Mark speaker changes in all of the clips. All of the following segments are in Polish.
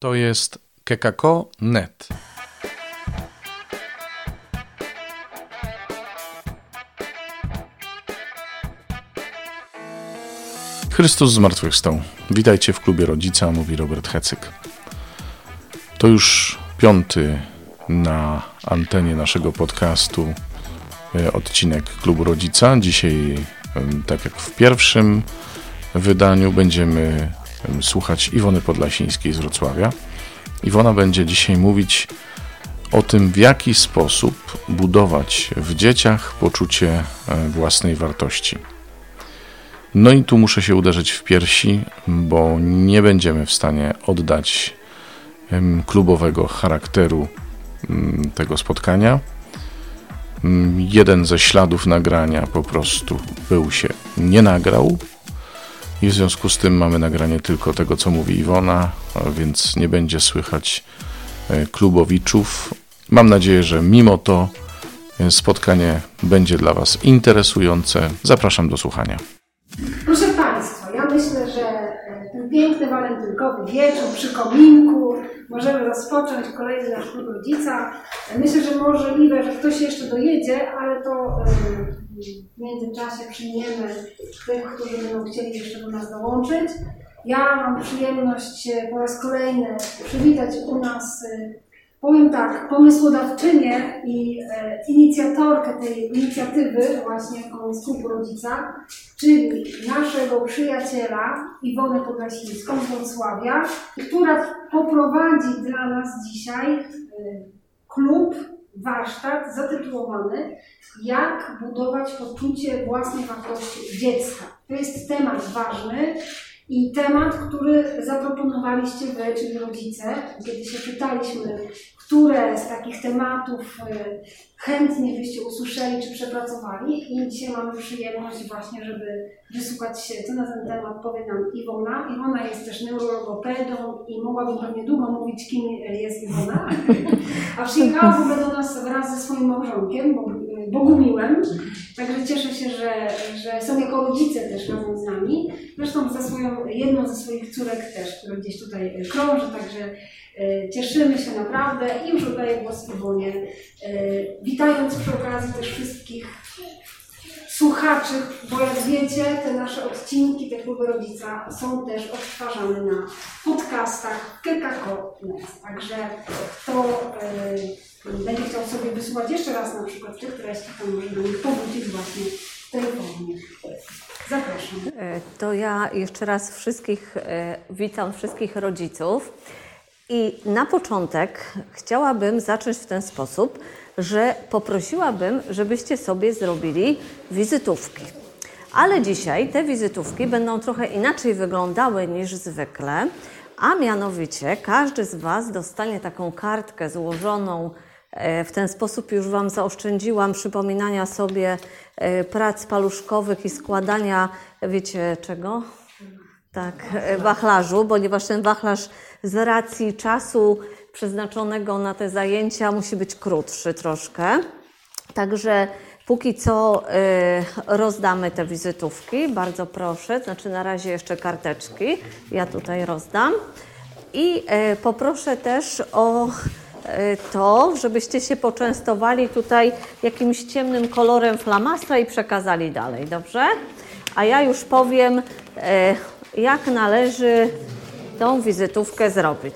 Speaker 1: To jest kekako.net. Chrystus zmartwychwstał. Witajcie w klubie Rodzica, mówi Robert Hecyk. To już 5. na antenie naszego podcastu odcinek klubu Rodzica. Dzisiaj, tak jak w pierwszym wydaniu, będziemy słuchać Iwony Podlasińskiej z Wrocławia. Iwona będzie dzisiaj mówić o tym, w jaki sposób budować w dzieciach poczucie własnej wartości. No i tu muszę się uderzyć w piersi, bo nie będziemy w stanie oddać klubowego charakteru tego spotkania. Jeden ze śladów nagrania po prostu się nie nagrał i w związku z tym mamy nagranie tylko tego, co mówi Iwona, więc nie będzie słychać klubowiczów. Mam nadzieję, że mimo to spotkanie będzie dla Was interesujące. Zapraszam do słuchania.
Speaker 2: Proszę Państwa, ja myślę, że ten piękny walentynkowy wieczór przy kominku możemy rozpocząć kolejny nasz klub Rodzica. Myślę, że możliwe, że ktoś jeszcze dojedzie, ale to w międzyczasie przyjmiemy tych, którzy będą chcieli jeszcze do nas dołączyć. Ja mam przyjemność po raz kolejny przywitać u nas, powiem tak, pomysłodawczynię i inicjatorkę tej inicjatywy właśnie z klubu Rodzica, czyli naszego przyjaciela Iwonę Podlasińską z Wrocławia, która poprowadzi dla nas dzisiaj klub, warsztat zatytułowany Jak budować poczucie własnej wartości dziecka. To jest temat ważny i temat, który zaproponowaliście Wy, czyli rodzice, kiedy się pytaliśmy, które z takich tematów chętnie byście usłyszeli czy przepracowali. I dzisiaj mamy przyjemność właśnie, żeby wysłuchać się, co na ten temat powie nam Iwona. Iwona jest też neurologopedą i mogłabym pewnie długo mówić, kim jest Iwona. A przyjechała w ogóle do nas wraz ze swoim małżonkiem, Bogumiłem. Także cieszę się, że są jako rodzice też razem z nami. Zresztą jedną ze swoich córek też, która gdzieś tutaj krąży, także cieszymy się naprawdę i już oddaję głos Iwonie. Witając przy okazji też wszystkich słuchaczy, bo jak wiecie, te nasze odcinki te kluby Rodzica są też odtwarzane na podcastach kekako.net. Także kto będzie chciał sobie wysłuchać jeszcze raz na przykład tych treści, to może do nich powrócić właśnie w tej formie. Zapraszam.
Speaker 3: To ja jeszcze raz witam wszystkich rodziców. I na początek chciałabym zacząć w ten sposób, że poprosiłabym, żebyście sobie zrobili wizytówki. Ale dzisiaj te wizytówki będą trochę inaczej wyglądały niż zwykle, a mianowicie każdy z Was dostanie taką kartkę złożoną. W ten sposób już Wam zaoszczędziłam przypominania sobie prac paluszkowych i składania, wiecie czego? Tak, wachlarzu, ponieważ ten wachlarz z racji czasu przeznaczonego na te zajęcia musi być krótszy troszkę. Także póki co rozdamy te wizytówki, bardzo proszę, znaczy na razie jeszcze karteczki, ja tutaj rozdam. I poproszę też o to, żebyście się poczęstowali tutaj jakimś ciemnym kolorem flamastra i przekazali dalej, dobrze? A ja już powiem, jak należy tą wizytówkę zrobić.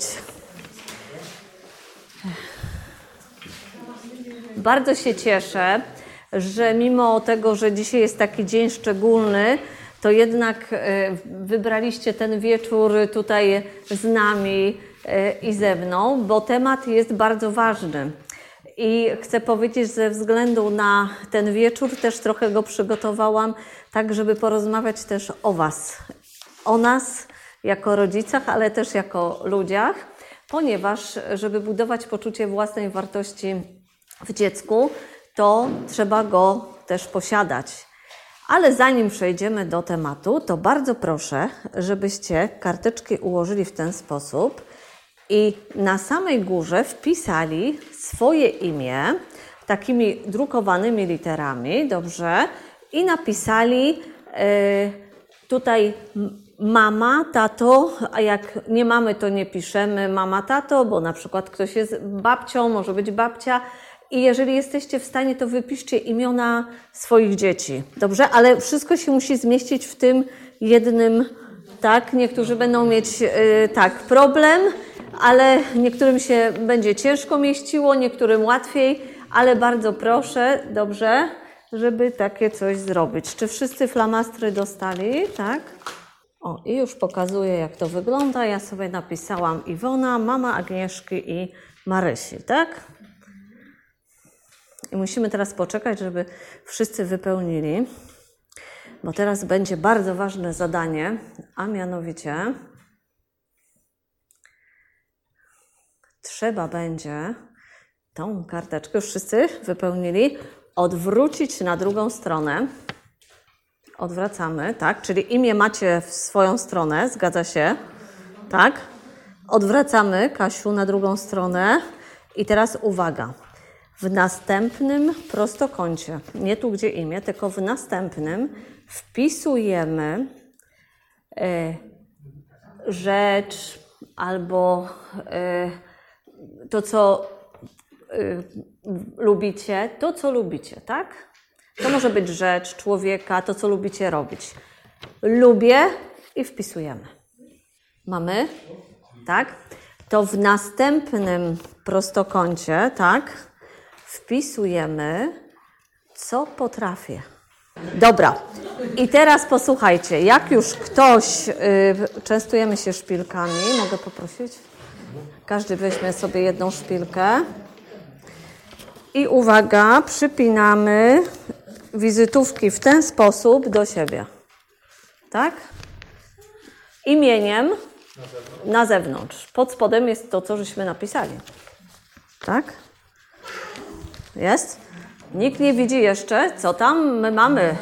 Speaker 3: Bardzo się cieszę, że mimo tego, że dzisiaj jest taki dzień szczególny, to jednak wybraliście ten wieczór tutaj z nami i ze mną, bo temat jest bardzo ważny. I chcę powiedzieć, że ze względu na ten wieczór też trochę go przygotowałam, tak żeby porozmawiać też o Was, o nas jako rodzicach, ale też jako ludziach, ponieważ żeby budować poczucie własnej wartości w dziecku, to trzeba go też posiadać. Ale zanim przejdziemy do tematu, to bardzo proszę, żebyście karteczki ułożyli w ten sposób i na samej górze wpisali swoje imię takimi drukowanymi literami, dobrze? I napisali tutaj mama, tato, a jak nie mamy, to nie piszemy mama, tato, bo na przykład ktoś jest babcią, może być babcia. I jeżeli jesteście w stanie, to wypiszcie imiona swoich dzieci. Dobrze? Ale wszystko się musi zmieścić w tym jednym, tak? Niektórzy będą mieć problem, ale niektórym się będzie ciężko mieściło, niektórym łatwiej, ale bardzo proszę, dobrze, żeby takie coś zrobić. Czy wszyscy flamastry dostali? Tak? O, i już pokazuję, jak to wygląda. Ja sobie napisałam Iwona, mama Agnieszki i Marysi, tak? I musimy teraz poczekać, żeby wszyscy wypełnili, bo teraz będzie bardzo ważne zadanie, a mianowicie trzeba będzie tą karteczkę, już wszyscy wypełnili, odwrócić na drugą stronę. Odwracamy, tak? Czyli imię macie w swoją stronę, zgadza się? Tak? Odwracamy, Kasiu, na drugą stronę i teraz uwaga. W następnym prostokącie, nie tu gdzie imię, tylko w następnym wpisujemy rzecz albo to, co lubicie, to, co lubicie, tak? To może być rzecz, człowieka, to, co lubicie robić. Lubię i wpisujemy. Mamy? Tak? To w następnym prostokącie, tak? Wpisujemy, co potrafię. Dobra. I teraz posłuchajcie, jak już ktoś, częstujemy się szpilkami, mogę poprosić? Każdy weźmie sobie jedną szpilkę. I uwaga, przypinamy wizytówki w ten sposób do siebie. Tak? Imieniem na zewnątrz. Pod spodem jest to, co żeśmy napisali. Tak? Jest? Nikt nie widzi jeszcze, co tam my mamy.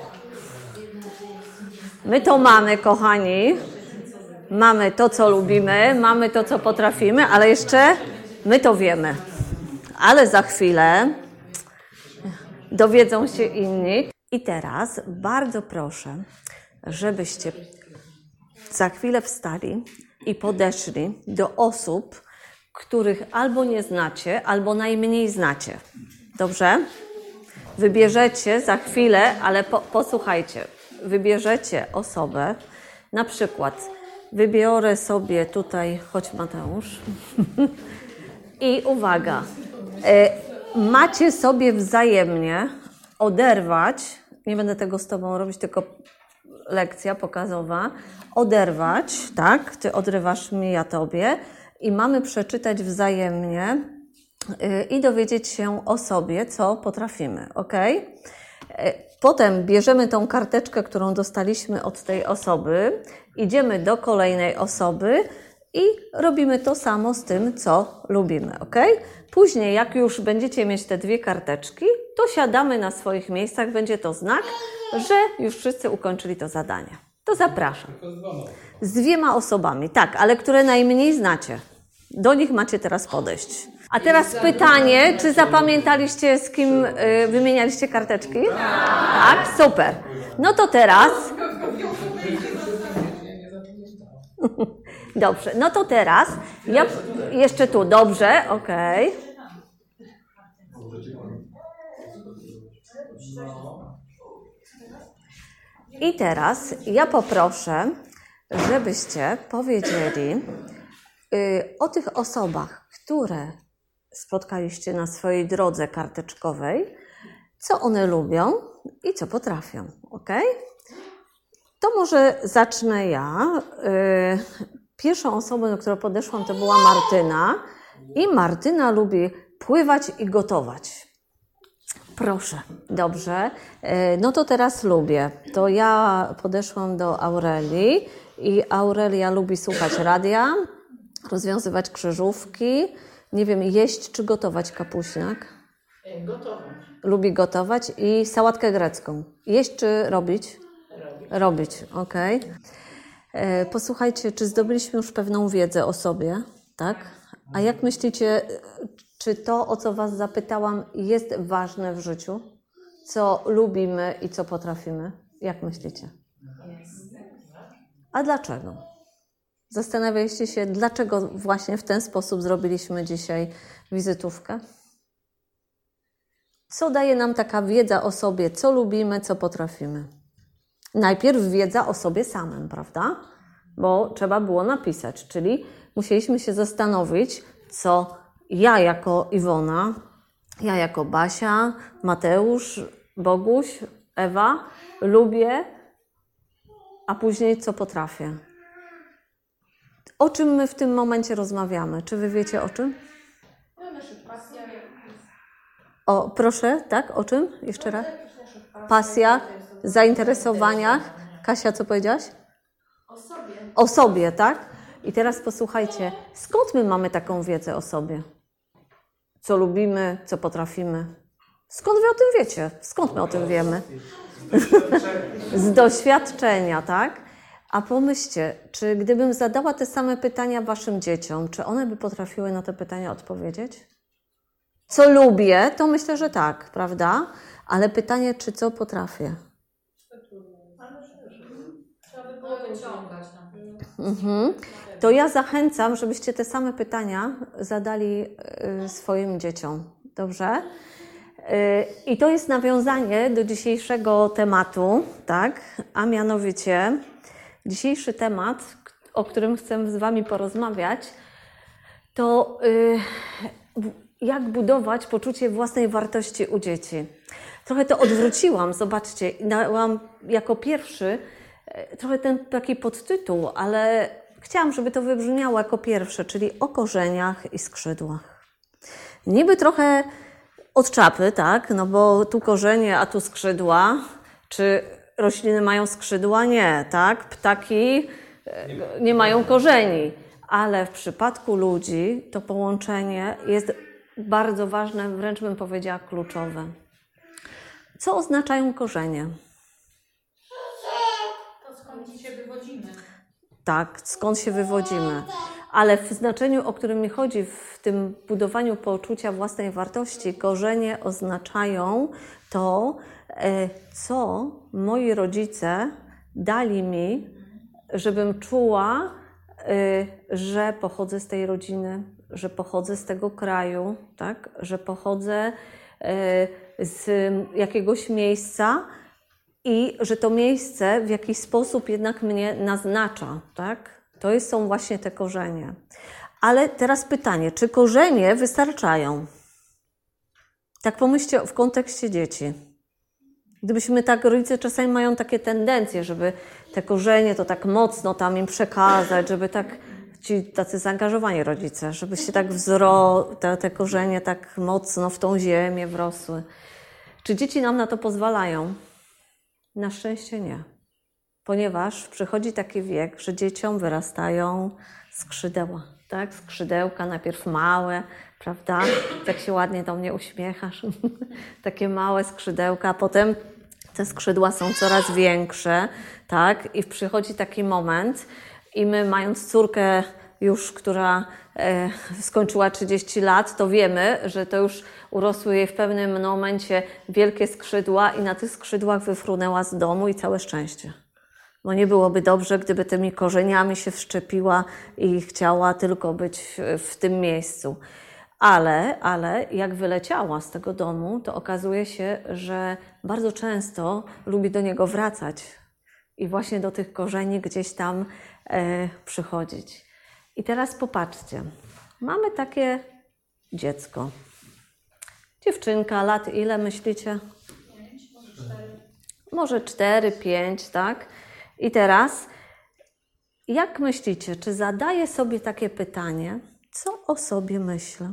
Speaker 3: My to mamy, kochani. Mamy to, co lubimy, mamy to, co potrafimy, ale jeszcze my to wiemy. Ale za chwilę dowiedzą się inni. I teraz bardzo proszę, żebyście za chwilę wstali i podeszli do osób, których albo nie znacie, albo najmniej znacie. Dobrze? Wybierzecie za chwilę, ale posłuchajcie, wybierzecie osobę, na przykład wybiorę sobie tutaj, chodź Mateusz, i uwaga, macie sobie wzajemnie oderwać, nie będę tego z Tobą robić, tylko lekcja pokazowa, oderwać, tak, Ty odrywasz mi, ja Tobie i mamy przeczytać wzajemnie i dowiedzieć się o sobie, co potrafimy, ok? Potem bierzemy tą karteczkę, którą dostaliśmy od tej osoby, idziemy do kolejnej osoby i robimy to samo z tym, co lubimy, ok? Później, jak już będziecie mieć te dwie karteczki, to siadamy na swoich miejscach, będzie to znak, że już wszyscy ukończyli to zadanie. To zapraszam. Z dwiema osobami, tak, ale które najmniej znacie. Do nich macie teraz podejść. A teraz pytanie, czy zapamiętaliście, z kim wymienialiście karteczki? Tak, super. No to teraz... Dobrze, no to teraz... Ja jeszcze tu, dobrze, okej. I teraz ja poproszę, żebyście powiedzieli o tych osobach, które spotkaliście na swojej drodze karteczkowej, co one lubią i co potrafią, ok? To może zacznę ja. Pierwszą osobą, do której podeszłam, to była Martyna i Martyna lubi pływać i gotować. Proszę, dobrze. No to teraz lubię. To ja podeszłam do Aurelii i Aurelia lubi słuchać radia, rozwiązywać krzyżówki, nie wiem, jeść czy gotować kapuśniak?
Speaker 4: Gotować.
Speaker 3: Lubi gotować i sałatkę grecką. Jeść czy robić? Robić, okej. Posłuchajcie, czy zdobyliśmy już pewną wiedzę o sobie, tak? A jak myślicie, czy to, o co Was zapytałam, jest ważne w życiu? Co lubimy i co potrafimy? Jak myślicie? A dlaczego? Zastanawialiście się, dlaczego właśnie w ten sposób zrobiliśmy dzisiaj wizytówkę? Co daje nam taka wiedza o sobie, co lubimy, co potrafimy? Najpierw wiedza o sobie samym, prawda? Bo trzeba było napisać, czyli musieliśmy się zastanowić, co ja jako Iwona, ja jako Basia, Mateusz, Boguś, Ewa lubię, a później co potrafię. O czym my w tym momencie rozmawiamy? Czy wy wiecie o czym? O, proszę, tak? O czym? Jeszcze raz? Pasjach, zainteresowaniach. Kasia, co powiedziałaś?
Speaker 4: O sobie.
Speaker 3: O sobie, tak? I teraz posłuchajcie, skąd my mamy taką wiedzę o sobie? Co lubimy, co potrafimy? Skąd wy o tym wiecie? Skąd my o tym wiemy? Z doświadczenia, tak? A pomyślcie, czy gdybym zadała te same pytania waszym dzieciom, czy one by potrafiły na te pytania odpowiedzieć? Co lubię, to myślę, że tak, prawda? Ale pytanie, czy co potrafię?
Speaker 4: Trzeba by było wyciągać.
Speaker 3: To ja zachęcam, żebyście te same pytania zadali swoim dzieciom. Dobrze? I to jest nawiązanie do dzisiejszego tematu, tak? A mianowicie dzisiejszy temat, o którym chcę z wami porozmawiać, to jak budować poczucie własnej wartości u dzieci. Trochę to odwróciłam, zobaczcie, i dałam jako pierwszy trochę ten taki podtytuł, ale chciałam, żeby to wybrzmiało jako pierwsze, czyli o korzeniach i skrzydłach. Niby trochę od czapy, tak? No bo tu korzenie, a tu skrzydła. Czy rośliny mają skrzydła? Nie, tak? Ptaki nie mają korzeni. Ale w przypadku ludzi to połączenie jest bardzo ważne, wręcz bym powiedziała kluczowe. Co oznaczają korzenie?
Speaker 4: To skąd się wywodzimy?
Speaker 3: Tak, skąd się wywodzimy. Ale w znaczeniu, o którym mi chodzi, w tym budowaniu poczucia własnej wartości, korzenie oznaczają to, co moi rodzice dali mi, żebym czuła, że pochodzę z tej rodziny, że pochodzę z tego kraju, tak? Że pochodzę z jakiegoś miejsca i że to miejsce w jakiś sposób jednak mnie naznacza, tak? To są właśnie te korzenie. Ale teraz pytanie, czy korzenie wystarczają? Tak pomyślcie w kontekście dzieci. Gdybyśmy tak, rodzice czasami mają takie tendencje, żeby te korzenie to tak mocno tam im przekazać, żeby tak, ci tacy zaangażowani rodzice, żebyście tak te korzenie tak mocno w tą ziemię wrosły. Czy dzieci nam na to pozwalają? Na szczęście nie. Ponieważ przychodzi taki wiek, że dzieciom wyrastają skrzydeła, tak? Skrzydełka najpierw małe, prawda? Tak się ładnie do mnie uśmiechasz. Takie małe skrzydełka, a potem te skrzydła są coraz większe, tak? I przychodzi taki moment i my, mając córkę już, która skończyła 30 lat, to wiemy, że to już urosły jej w pewnym momencie wielkie skrzydła i na tych skrzydłach wyfrunęła z domu i całe szczęście. Bo nie byłoby dobrze, gdyby tymi korzeniami się wszczepiła i chciała tylko być w tym miejscu. Ale jak wyleciała z tego domu, to okazuje się, że bardzo często lubi do niego wracać i właśnie do tych korzeni gdzieś tam przychodzić. I teraz popatrzcie, mamy takie dziecko. Dziewczynka, lat ile myślicie?
Speaker 4: 5, może 4.
Speaker 3: Może 4, 5, tak? I teraz, jak myślicie, czy zadaję sobie takie pytanie, co o sobie myślę?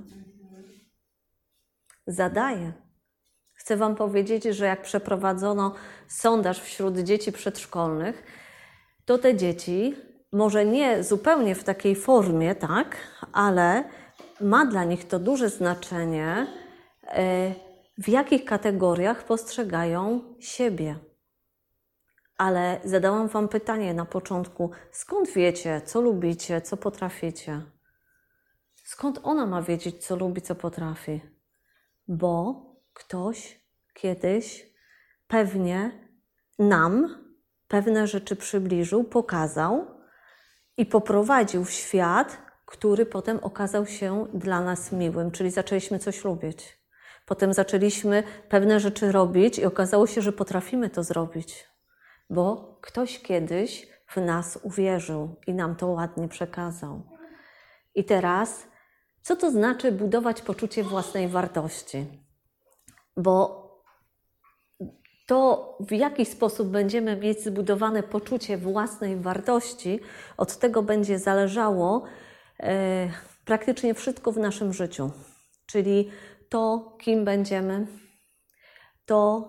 Speaker 3: Zadaję. Chcę wam powiedzieć, że jak przeprowadzono sondaż wśród dzieci przedszkolnych, to te dzieci, może nie zupełnie w takiej formie, tak, ale ma dla nich to duże znaczenie, w jakich kategoriach postrzegają siebie. Ale zadałam wam pytanie na początku, skąd wiecie, co lubicie, co potraficie? Skąd ona ma wiedzieć, co lubi, co potrafi? Bo ktoś kiedyś pewnie nam pewne rzeczy przybliżył, pokazał i poprowadził w świat, który potem okazał się dla nas miłym, czyli zaczęliśmy coś lubić. Potem zaczęliśmy pewne rzeczy robić i okazało się, że potrafimy to zrobić, bo ktoś kiedyś w nas uwierzył i nam to ładnie przekazał. I teraz, co to znaczy budować poczucie własnej wartości? Bo to, w jaki sposób będziemy mieć zbudowane poczucie własnej wartości, od tego będzie zależało praktycznie wszystko w naszym życiu. Czyli to, kim będziemy, to,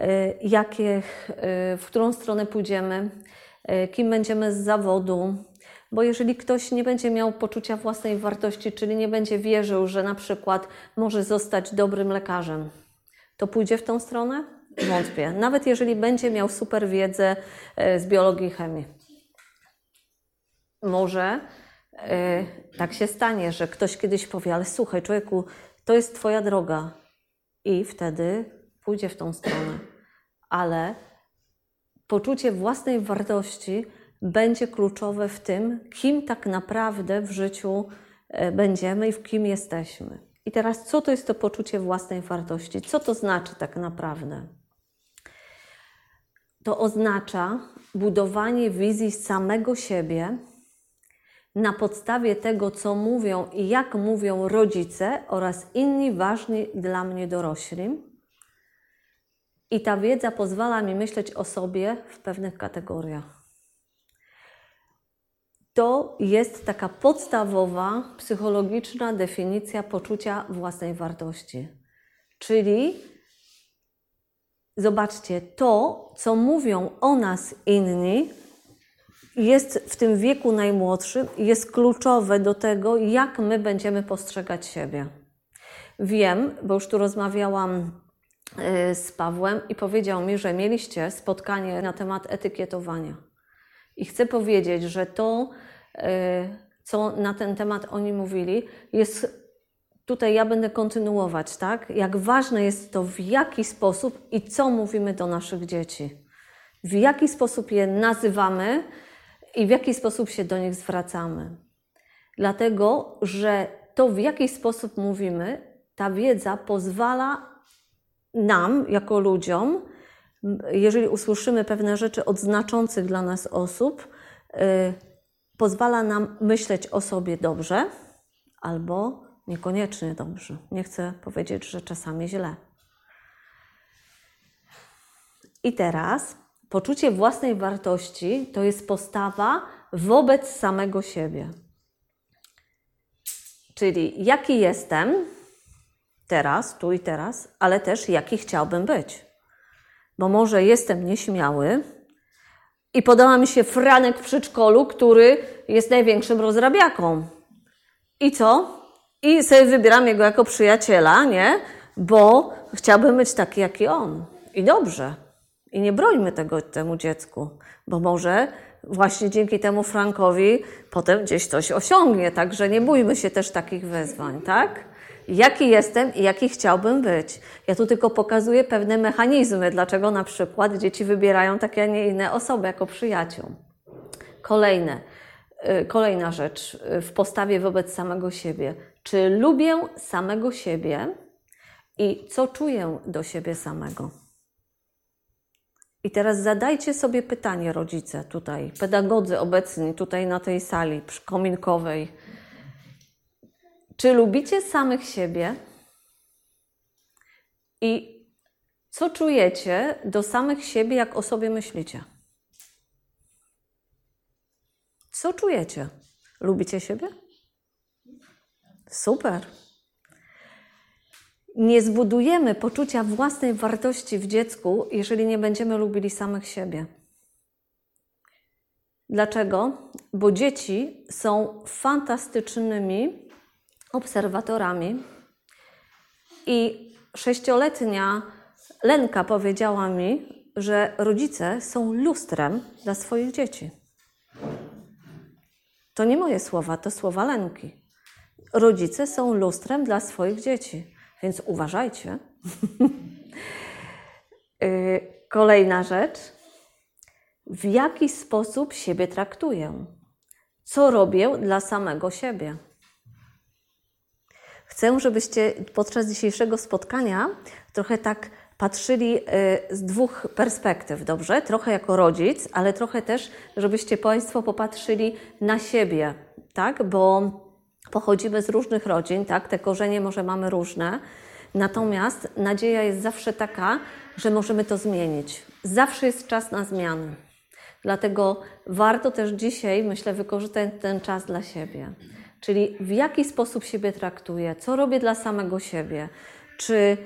Speaker 3: w którą stronę pójdziemy, kim będziemy z zawodu. Bo jeżeli ktoś nie będzie miał poczucia własnej wartości, czyli nie będzie wierzył, że na przykład może zostać dobrym lekarzem, to pójdzie w tą stronę? Wątpię. Nawet jeżeli będzie miał super wiedzę z biologii i chemii. Może tak się stanie, że ktoś kiedyś powie, ale słuchaj człowieku, to jest twoja droga. I wtedy pójdzie w tą stronę. Ale poczucie własnej wartości będzie kluczowe w tym, kim tak naprawdę w życiu będziemy i w kim jesteśmy. I teraz, co to jest to poczucie własnej wartości? Co to znaczy tak naprawdę? To oznacza budowanie wizji samego siebie na podstawie tego, co mówią i jak mówią rodzice oraz inni ważni dla mnie dorośli. I ta wiedza pozwala mi myśleć o sobie w pewnych kategoriach. To jest taka podstawowa, psychologiczna definicja poczucia własnej wartości. Czyli zobaczcie, to, co mówią o nas inni, jest w tym wieku najmłodszym, jest kluczowe do tego, jak my będziemy postrzegać siebie. Wiem, bo już tu rozmawiałam z Pawłem i powiedział mi, że mieliście spotkanie na temat etykietowania. I chcę powiedzieć, że to, co na ten temat oni mówili, jest tutaj, ja będę kontynuować, tak? Jak ważne jest to, w jaki sposób i co mówimy do naszych dzieci. W jaki sposób je nazywamy i w jaki sposób się do nich zwracamy. Dlatego, że to, w jaki sposób mówimy, ta wiedza pozwala nam, jako ludziom, jeżeli usłyszymy pewne rzeczy od znaczących dla nas osób, pozwala nam myśleć o sobie dobrze albo niekoniecznie dobrze. Nie chcę powiedzieć, że czasami źle. I teraz poczucie własnej wartości to jest postawa wobec samego siebie. Czyli jaki jestem teraz, tu i teraz, ale też jaki chciałbym być. Bo może jestem nieśmiały i podoba mi się Franek w przedszkolu, który jest największym rozrabiaką. I co? I sobie wybieram jego jako przyjaciela, nie? Bo chciałbym być taki, jaki on. I dobrze. I nie brońmy tego temu dziecku, bo może właśnie dzięki temu Frankowi potem gdzieś coś osiągnie. Także nie bójmy się też takich wyzwań, tak? Jaki jestem i jaki chciałbym być. Ja tu tylko pokazuję pewne mechanizmy, dlaczego na przykład dzieci wybierają takie, a nie inne osoby jako przyjaciół. Kolejna rzecz w postawie wobec samego siebie. Czy lubię samego siebie i co czuję do siebie samego? I teraz zadajcie sobie pytanie, rodzice tutaj, pedagodzy obecni tutaj na tej sali kominkowej. Czy lubicie samych siebie? I co czujecie do samych siebie, jak o sobie myślicie? Co czujecie? Lubicie siebie? Super. Nie zbudujemy poczucia własnej wartości w dziecku, jeżeli nie będziemy lubili samych siebie. Dlaczego? Bo dzieci są fantastycznymi obserwatorami i 6-letnia Lenka powiedziała mi, że rodzice są lustrem dla swoich dzieci. To nie moje słowa, to słowa Lenki. Rodzice są lustrem dla swoich dzieci, więc uważajcie. Kolejna rzecz. w jaki sposób siebie traktuję, co robię dla samego siebie. Chcę, żebyście podczas dzisiejszego spotkania trochę tak patrzyli z dwóch perspektyw, dobrze? Trochę jako rodzic, ale trochę też, żebyście Państwo popatrzyli na siebie, tak? Bo pochodzimy z różnych rodzin, tak? Te korzenie może mamy różne, natomiast nadzieja jest zawsze taka, że możemy to zmienić. Zawsze jest czas na zmiany. Dlatego warto też dzisiaj, myślę, wykorzystać ten czas dla siebie. Czyli w jaki sposób siebie traktuję, co robię dla samego siebie, czy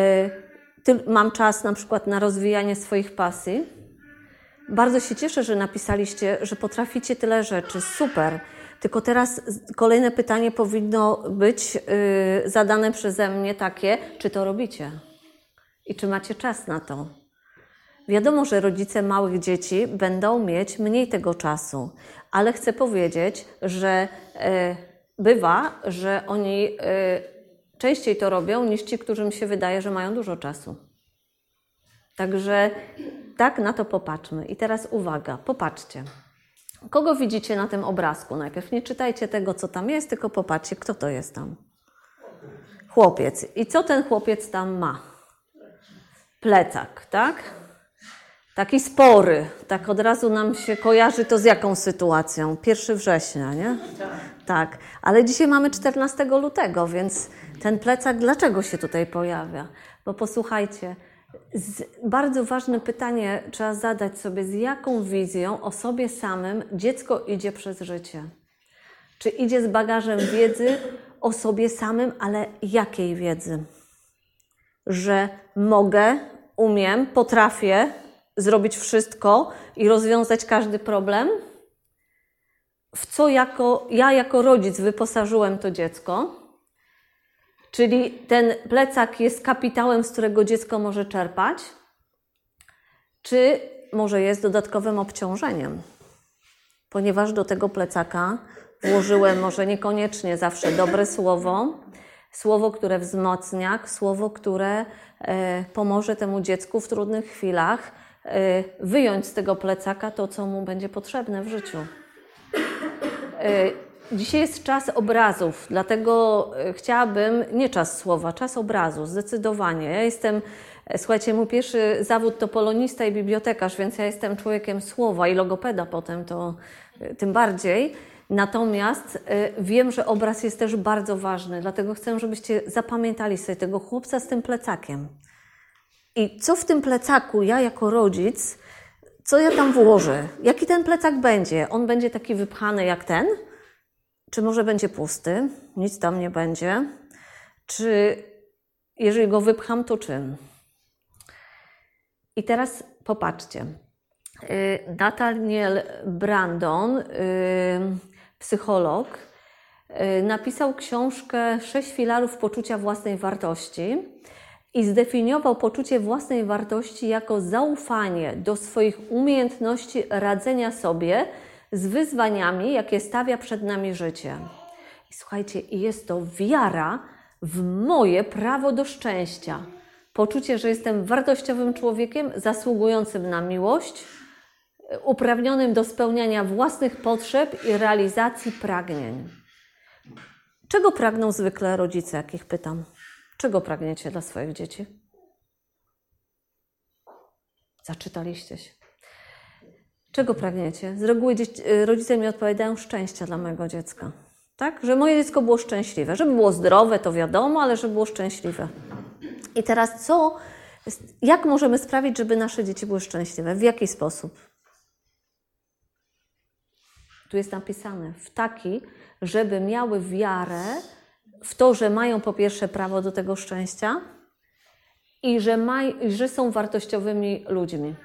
Speaker 3: mam czas na przykład na rozwijanie swoich pasji. Bardzo się cieszę, że napisaliście, że potraficie tyle rzeczy, super. Tylko teraz kolejne pytanie powinno być zadane przeze mnie takie, czy to robicie i czy macie czas na to. Wiadomo, że rodzice małych dzieci będą mieć mniej tego czasu, ale chcę powiedzieć, że bywa, że oni częściej to robią niż ci, którym się wydaje, że mają dużo czasu. Także tak na to popatrzmy. I teraz uwaga, popatrzcie. Kogo widzicie na tym obrazku? Najpierw nie czytajcie tego, co tam jest, tylko popatrzcie, kto to jest tam. Chłopiec. I co ten chłopiec tam ma? Plecak, tak? Taki spory. Tak od razu nam się kojarzy to z jaką sytuacją? 1 września, nie? Tak. Ale dzisiaj mamy 14 lutego, więc ten plecak dlaczego się tutaj pojawia? Bo posłuchajcie, bardzo ważne pytanie trzeba zadać sobie, z jaką wizją o sobie samym dziecko idzie przez życie. Czy idzie z bagażem wiedzy o sobie samym, ale jakiej wiedzy? Że mogę, umiem, potrafię zrobić wszystko i rozwiązać każdy problem? W co ja jako rodzic wyposażyłem to dziecko? Czyli ten plecak jest kapitałem, z którego dziecko może czerpać? Czy może jest dodatkowym obciążeniem? Ponieważ do tego plecaka włożyłem może niekoniecznie zawsze dobre słowo, które wzmocnia, słowo, które pomoże temu dziecku w trudnych chwilach wyjąć z tego plecaka to, co mu będzie potrzebne w życiu. Dzisiaj jest czas obrazów, dlatego chciałabym, nie czas słowa, czas obrazu, zdecydowanie. Ja jestem, słuchajcie, mój pierwszy zawód to polonista i bibliotekarz, więc ja jestem człowiekiem słowa i logopeda potem, to tym bardziej. Natomiast wiem, że obraz jest też bardzo ważny, dlatego chcę, żebyście zapamiętali sobie tego chłopca z tym plecakiem. I co w tym plecaku ja jako rodzic, co ja tam włożę? Jaki ten plecak będzie? On będzie taki wypchany jak ten? Czy może będzie pusty? Nic tam nie będzie. Czy jeżeli go wypcham, to czym? I teraz popatrzcie. Nathaniel Brandon, psycholog, napisał książkę 6 filarów poczucia własnej wartości i zdefiniował poczucie własnej wartości jako zaufanie do swoich umiejętności radzenia sobie z wyzwaniami, jakie stawia przed nami życie. I słuchajcie, jest to wiara w moje prawo do szczęścia. Poczucie, że jestem wartościowym człowiekiem, zasługującym na miłość, uprawnionym do spełniania własnych potrzeb i realizacji pragnień. Czego pragną zwykle rodzice, jak ich pytam? Czego pragniecie dla swoich dzieci? Zaczytaliście się. Czego pragniecie? Z reguły rodzice mi odpowiadają szczęścia dla mojego dziecka. Tak? Że moje dziecko było szczęśliwe. Żeby było zdrowe, to wiadomo, ale żeby było szczęśliwe. I teraz jak możemy sprawić, żeby nasze dzieci były szczęśliwe? W jaki sposób? Tu jest napisane, w taki, żeby miały wiarę w to, że mają po pierwsze prawo do tego szczęścia i że są wartościowymi ludźmi.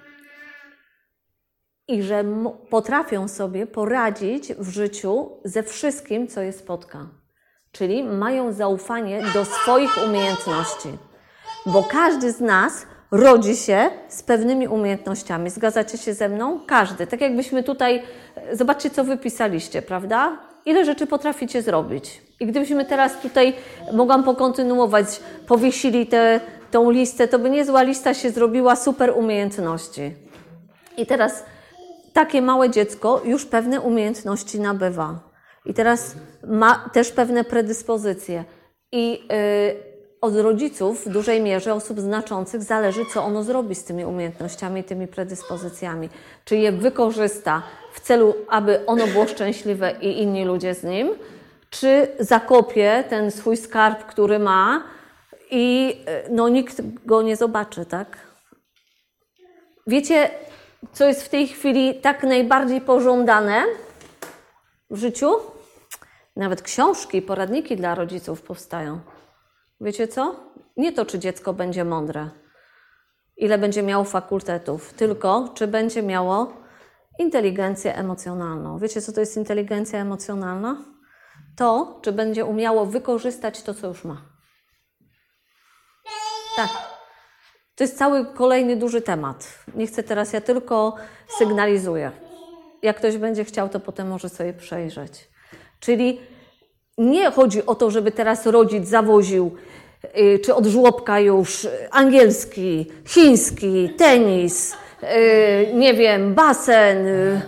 Speaker 3: I że potrafią sobie poradzić w życiu ze wszystkim, co je spotka. Czyli mają zaufanie do swoich umiejętności. Bo każdy z nas rodzi się z pewnymi umiejętnościami. Zgadzacie się ze mną? Każdy. Tak jakbyśmy tutaj, zobaczcie, co wypisaliście, prawda? Ile rzeczy potraficie zrobić. I gdybyśmy teraz tutaj, mogłam pokontynuować, powiesili tą listę, to by niezła lista się zrobiła super umiejętności. I teraz takie małe dziecko już pewne umiejętności nabywa. I teraz ma też pewne predyspozycje. I od rodziców w dużej mierze, osób znaczących, zależy, co ono zrobi z tymi umiejętnościami, tymi predyspozycjami. Czy je wykorzysta w celu, aby ono było szczęśliwe i inni ludzie z nim, czy zakopie ten swój skarb, który ma i no, nikt go nie zobaczy, tak? Wiecie, co jest w tej chwili tak najbardziej pożądane w życiu? Nawet książki, poradniki dla rodziców powstają. Wiecie co? Nie to, czy dziecko będzie mądre, ile będzie miało fakultetów, tylko czy będzie miało inteligencję emocjonalną. Wiecie, co to jest inteligencja emocjonalna? To, czy będzie umiało wykorzystać to, co już ma. Tak. To jest cały kolejny duży temat. Nie chcę teraz, ja tylko sygnalizuję. Jak ktoś będzie chciał, to potem może sobie przejrzeć. Czyli nie chodzi o to, żeby teraz rodzic zawoził, czy od żłobka już, angielski, chiński, tenis, nie wiem, basen,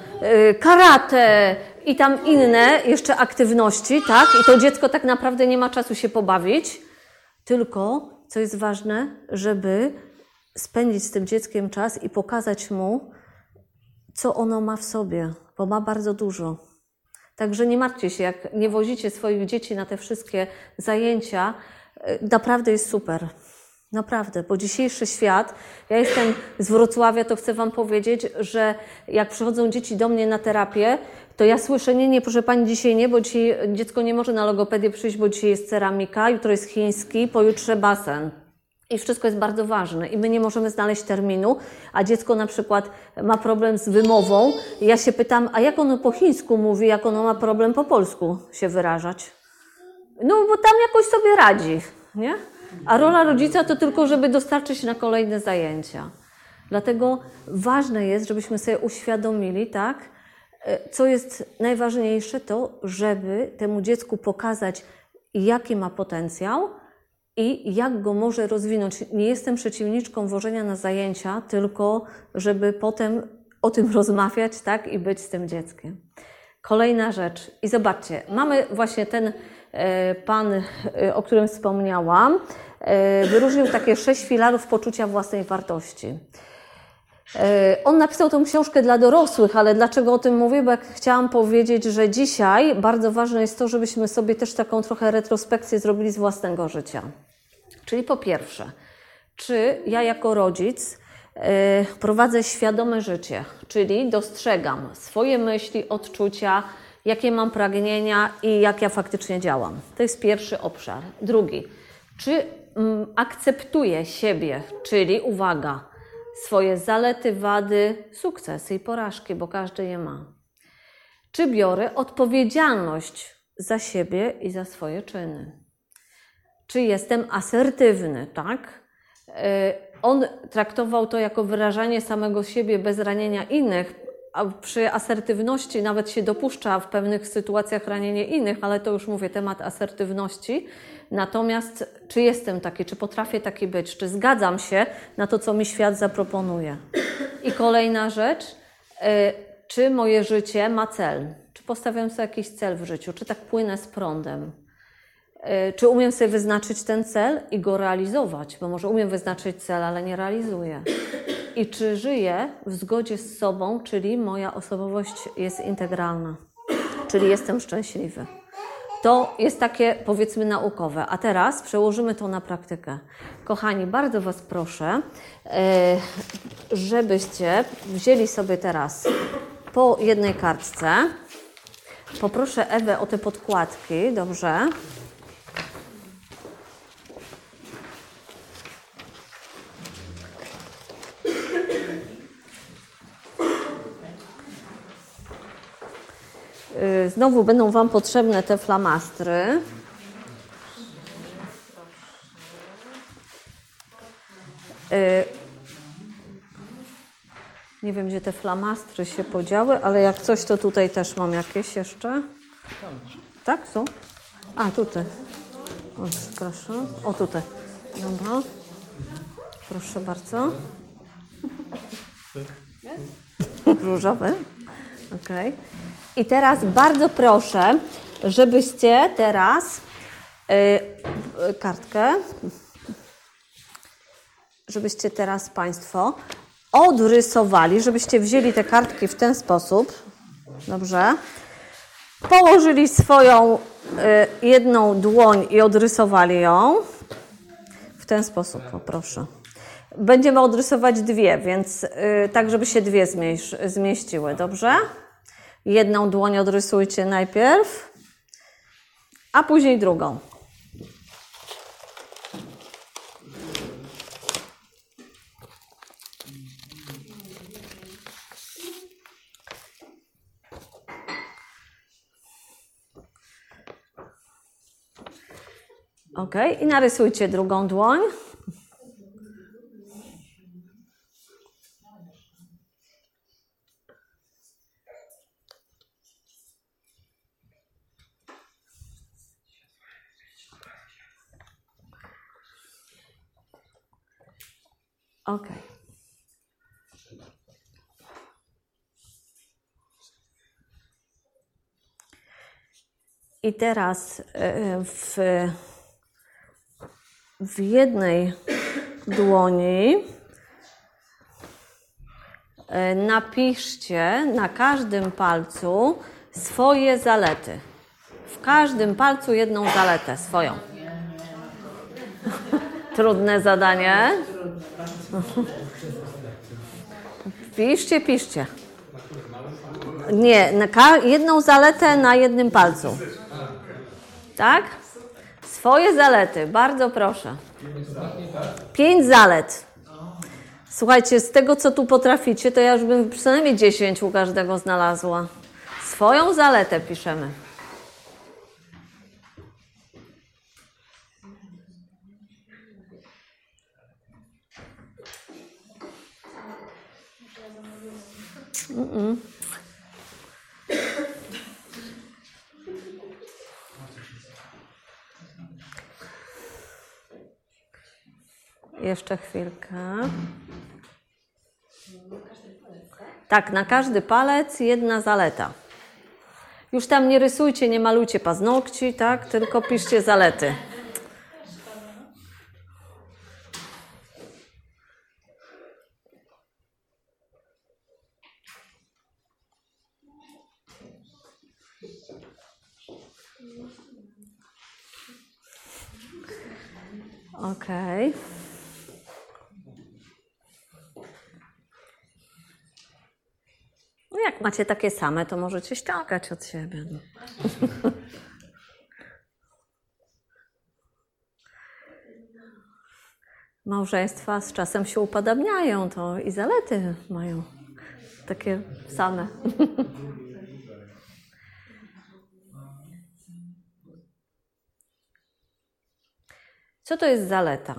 Speaker 3: karate i tam inne jeszcze aktywności, tak? I to dziecko tak naprawdę nie ma czasu się pobawić, tylko, co jest ważne, żeby spędzić z tym dzieckiem czas i pokazać mu, co ono ma w sobie, bo ma bardzo dużo. Także nie martwcie się, jak nie wozicie swoich dzieci na te wszystkie zajęcia, naprawdę jest super. Naprawdę, bo dzisiejszy świat, ja jestem z Wrocławia, to chcę Wam powiedzieć, że jak przychodzą dzieci do mnie na terapię, to ja słyszę, nie, proszę Pani, dzisiaj nie, bo dzisiaj dziecko nie może na logopedię przyjść, bo dzisiaj jest ceramika, jutro jest chiński, pojutrze basen. I wszystko jest bardzo ważne i my nie możemy znaleźć terminu, a dziecko na przykład ma problem z wymową i ja się pytam, a jak ono po chińsku mówi, jak ono ma problem po polsku się wyrażać? No bo tam jakoś sobie radzi, nie? A rola rodzica to tylko, żeby dostarczyć na kolejne zajęcia. Dlatego ważne jest, żebyśmy sobie uświadomili, tak, co jest najważniejsze, to żeby temu dziecku pokazać, jaki ma potencjał, i jak go może rozwinąć. Nie jestem przeciwniczką wożenia na zajęcia, tylko żeby potem o tym rozmawiać, tak, i być z tym dzieckiem. Kolejna rzecz. I zobaczcie, mamy właśnie ten pan, o którym wspomniałam, wyróżnił takie 6 filarów poczucia własnej wartości. On napisał tą książkę dla dorosłych, ale dlaczego o tym mówię? Bo jak chciałam powiedzieć, że dzisiaj bardzo ważne jest to, żebyśmy sobie też taką trochę retrospekcję zrobili z własnego życia. Czyli po pierwsze, czy ja jako rodzic prowadzę świadome życie, czyli dostrzegam swoje myśli, odczucia, jakie mam pragnienia i jak ja faktycznie działam. To jest pierwszy obszar. Drugi, czy akceptuję siebie, czyli uwaga, swoje zalety, wady, sukcesy i porażki, bo każdy je ma. Czy biorę odpowiedzialność za siebie i za swoje czyny? Czy jestem asertywny, tak? On traktował to jako wyrażanie samego siebie bez ranienia innych, a przy asertywności nawet się dopuszcza w pewnych sytuacjach ranienie innych, ale to już mówię, temat asertywności. Natomiast czy jestem taki, czy potrafię taki być, czy zgadzam się na to, co mi świat zaproponuje. I kolejna rzecz, czy moje życie ma cel? Czy postawiam sobie jakiś cel w życiu? Czy tak płynę z prądem? Czy umiem sobie wyznaczyć ten cel i go realizować? Bo może umiem wyznaczyć cel, ale nie realizuję. I czy żyję w zgodzie z sobą, czyli moja osobowość jest integralna, czyli jestem szczęśliwy. To jest takie, powiedzmy, naukowe. A teraz przełożymy to na praktykę. Kochani, bardzo Was proszę, żebyście wzięli sobie teraz po jednej kartce. Poproszę Ewę o te podkładki, dobrze? Znowu będą Wam potrzebne te flamastry. Nie wiem, gdzie te flamastry się podziały, ale jak coś, to tutaj też mam jakieś jeszcze. Tak, są? A, tutaj. O, przepraszam. O, tutaj. Dobra. Proszę bardzo. Różowy. Okay. I teraz bardzo proszę, żebyście teraz kartkę, żebyście teraz Państwo odrysowali, żebyście wzięli te kartki w ten sposób. Dobrze. Położyli swoją jedną dłoń i odrysowali ją. W ten sposób, poproszę. Będziemy odrysować dwie, więc tak, żeby się dwie zmieściły, dobrze? Jedną dłoń odrysujcie najpierw, a później drugą. Ok, i narysujcie drugą dłoń. Ok. I teraz w jednej dłoni napiszcie na każdym palcu swoje zalety. W każdym palcu jedną zaletę swoją. Trudne zadanie. Piszcie. Nie, jedną zaletę na jednym palcu. Tak? Swoje zalety, bardzo proszę. 5 zalet. Słuchajcie, z tego, co tu potraficie, to ja już bym przynajmniej 10 u każdego znalazła. Swoją zaletę piszemy. Jeszcze chwilkę. Tak, na każdy palec jedna zaleta. Już tam nie rysujcie, nie malujcie paznokci, tak? Tylko piszcie zalety. Okej. No jak macie takie same, to możecie ściągać od siebie. Małżeństwa z czasem się upadabniają, to i zalety mają takie same. Co to jest zaleta?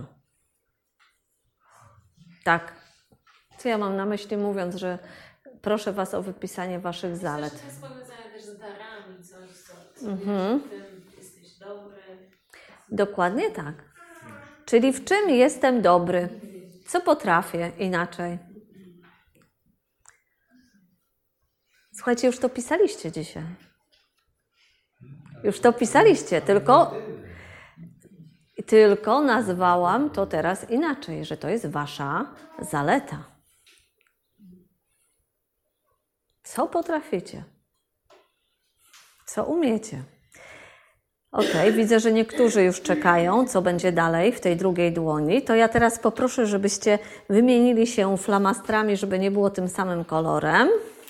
Speaker 3: Tak. Co ja mam na myśli, mówiąc, że proszę Was o wypisanie Waszych zalet.
Speaker 4: Coś jest powiązane też z darami, coś, co w tym jesteś dobry.
Speaker 3: Dokładnie tak. Czyli w czym jestem dobry? Co potrafię inaczej? Słuchajcie, już to pisaliście dzisiaj. Już to pisaliście, tylko nazwałam to teraz inaczej, że to jest Wasza zaleta. Co potraficie? Co umiecie? Okej, widzę, że niektórzy już czekają, co będzie dalej w tej drugiej dłoni. To ja teraz poproszę, żebyście wymienili się flamastrami, żeby nie było tym samym kolorem.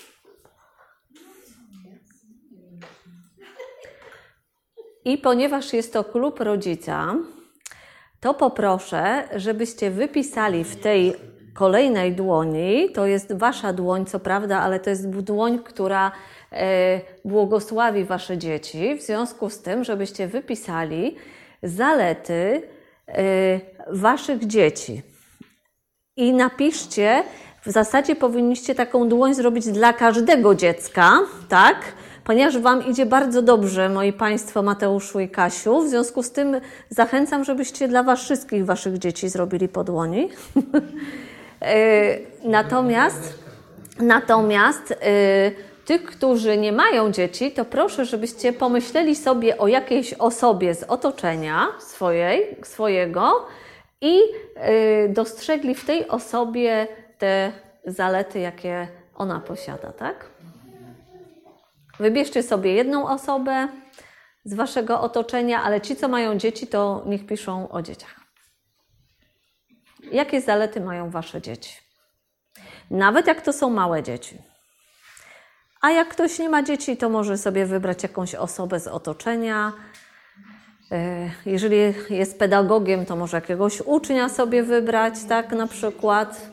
Speaker 3: I ponieważ jest to klub rodzica, to poproszę, żebyście wypisali w tej kolejnej dłoni, to jest Wasza dłoń, co prawda, ale to jest dłoń, która błogosławi Wasze dzieci, w związku z tym, żebyście wypisali zalety Waszych dzieci. I napiszcie, w zasadzie powinniście taką dłoń zrobić dla każdego dziecka, tak? Ponieważ Wam idzie bardzo dobrze, moi Państwo, Mateuszu i Kasiu, w związku z tym zachęcam, żebyście dla wszystkich Waszych dzieci zrobili po dłoni. Natomiast tych, którzy nie mają dzieci, to proszę, żebyście pomyśleli sobie o jakiejś osobie z otoczenia swojego i dostrzegli w tej osobie te zalety, jakie ona posiada, tak? Wybierzcie sobie jedną osobę z waszego otoczenia, ale ci, co mają dzieci, to niech piszą o dzieciach. Jakie zalety mają wasze dzieci? Nawet jak to są małe dzieci. A jak ktoś nie ma dzieci, to może sobie wybrać jakąś osobę z otoczenia. Jeżeli jest pedagogiem, to może jakiegoś ucznia sobie wybrać, tak, na przykład.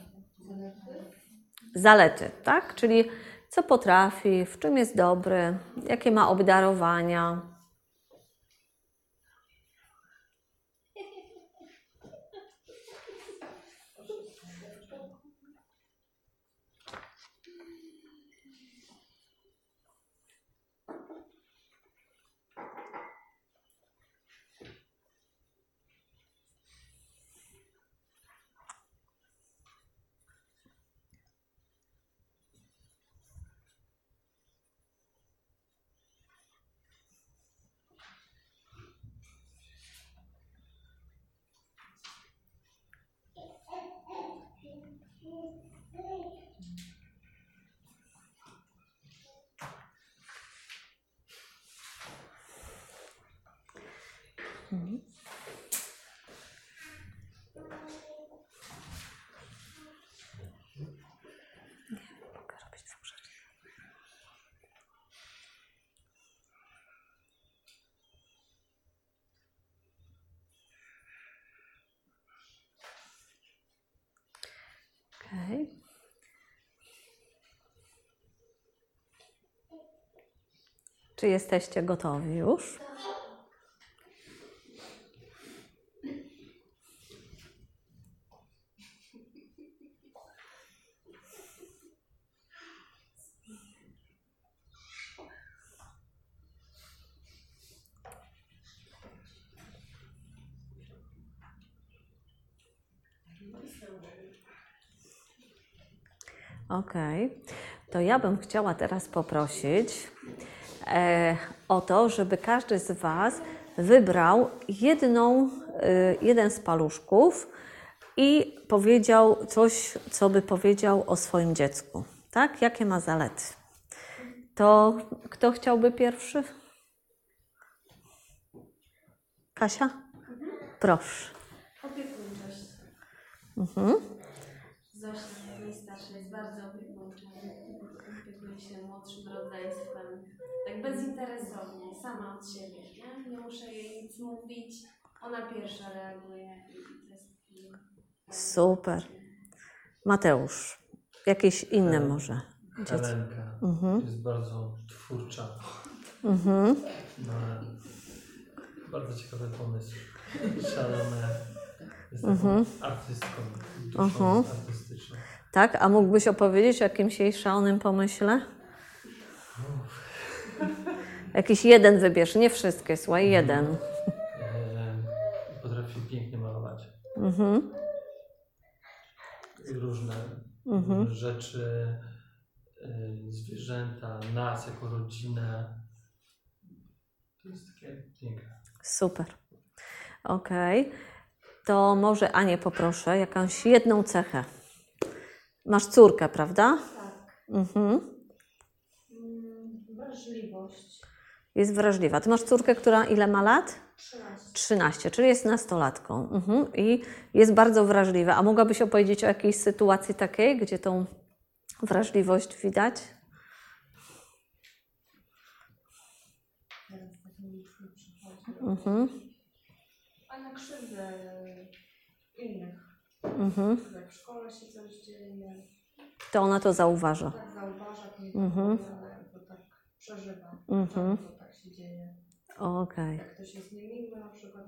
Speaker 3: Zalety, tak? Czyli co potrafi, w czym jest dobry, jakie ma obdarowania. Okay. Czy jesteście gotowi już? Okej. To ja bym chciała teraz poprosić o to, żeby każdy z Was wybrał jeden z paluszków i powiedział coś, co by powiedział o swoim dziecku. Tak? Jakie ma zalety? To kto chciałby pierwszy? Kasia? Proszę.
Speaker 4: Opiekuńczość. Zosia, najstarsza, jest bardzo opiekuńcza. Opiekuje się młodszym rodzeństwem. Tak bezinteresownie, sama od siebie. Nie muszę jej nic mówić. Ona pierwsza reaguje. I to jest
Speaker 3: Super. Mateusz, jakieś inne może?
Speaker 5: Helenka jest bardzo twórcza. Ma bardzo ciekawy pomysł. Szalone. Jest taką artystką, duszą artystyczną.
Speaker 3: Tak, a mógłbyś opowiedzieć o jakimś jej szalonym pomyśle? Jakiś jeden wybierz, nie wszystkie, słuchaj, jeden.
Speaker 5: Potrafi pięknie malować. Różne rzeczy, zwierzęta, nas jako rodzinę. To jest takie piękne.
Speaker 3: Super. Okej. To może Anię poproszę, jakąś jedną cechę. Masz córkę, prawda?
Speaker 4: tak. Wrażliwość.
Speaker 3: Jest wrażliwa. Ty masz córkę, która ile ma lat?
Speaker 4: 13.
Speaker 3: 13, czyli jest nastolatką. I jest bardzo wrażliwa. A mogłabyś opowiedzieć o jakiejś sytuacji takiej, gdzie tą wrażliwość widać?
Speaker 4: Teraz tak nic nie przychodzi. A na krzywdę innych. Jak w szkole się coś dzieje,
Speaker 3: To ona to zauważa.
Speaker 4: tak zauważa, ale to tak przeżywa, to tak się dzieje.
Speaker 3: Okej.
Speaker 4: Jak ktoś jest niemiły na przykład.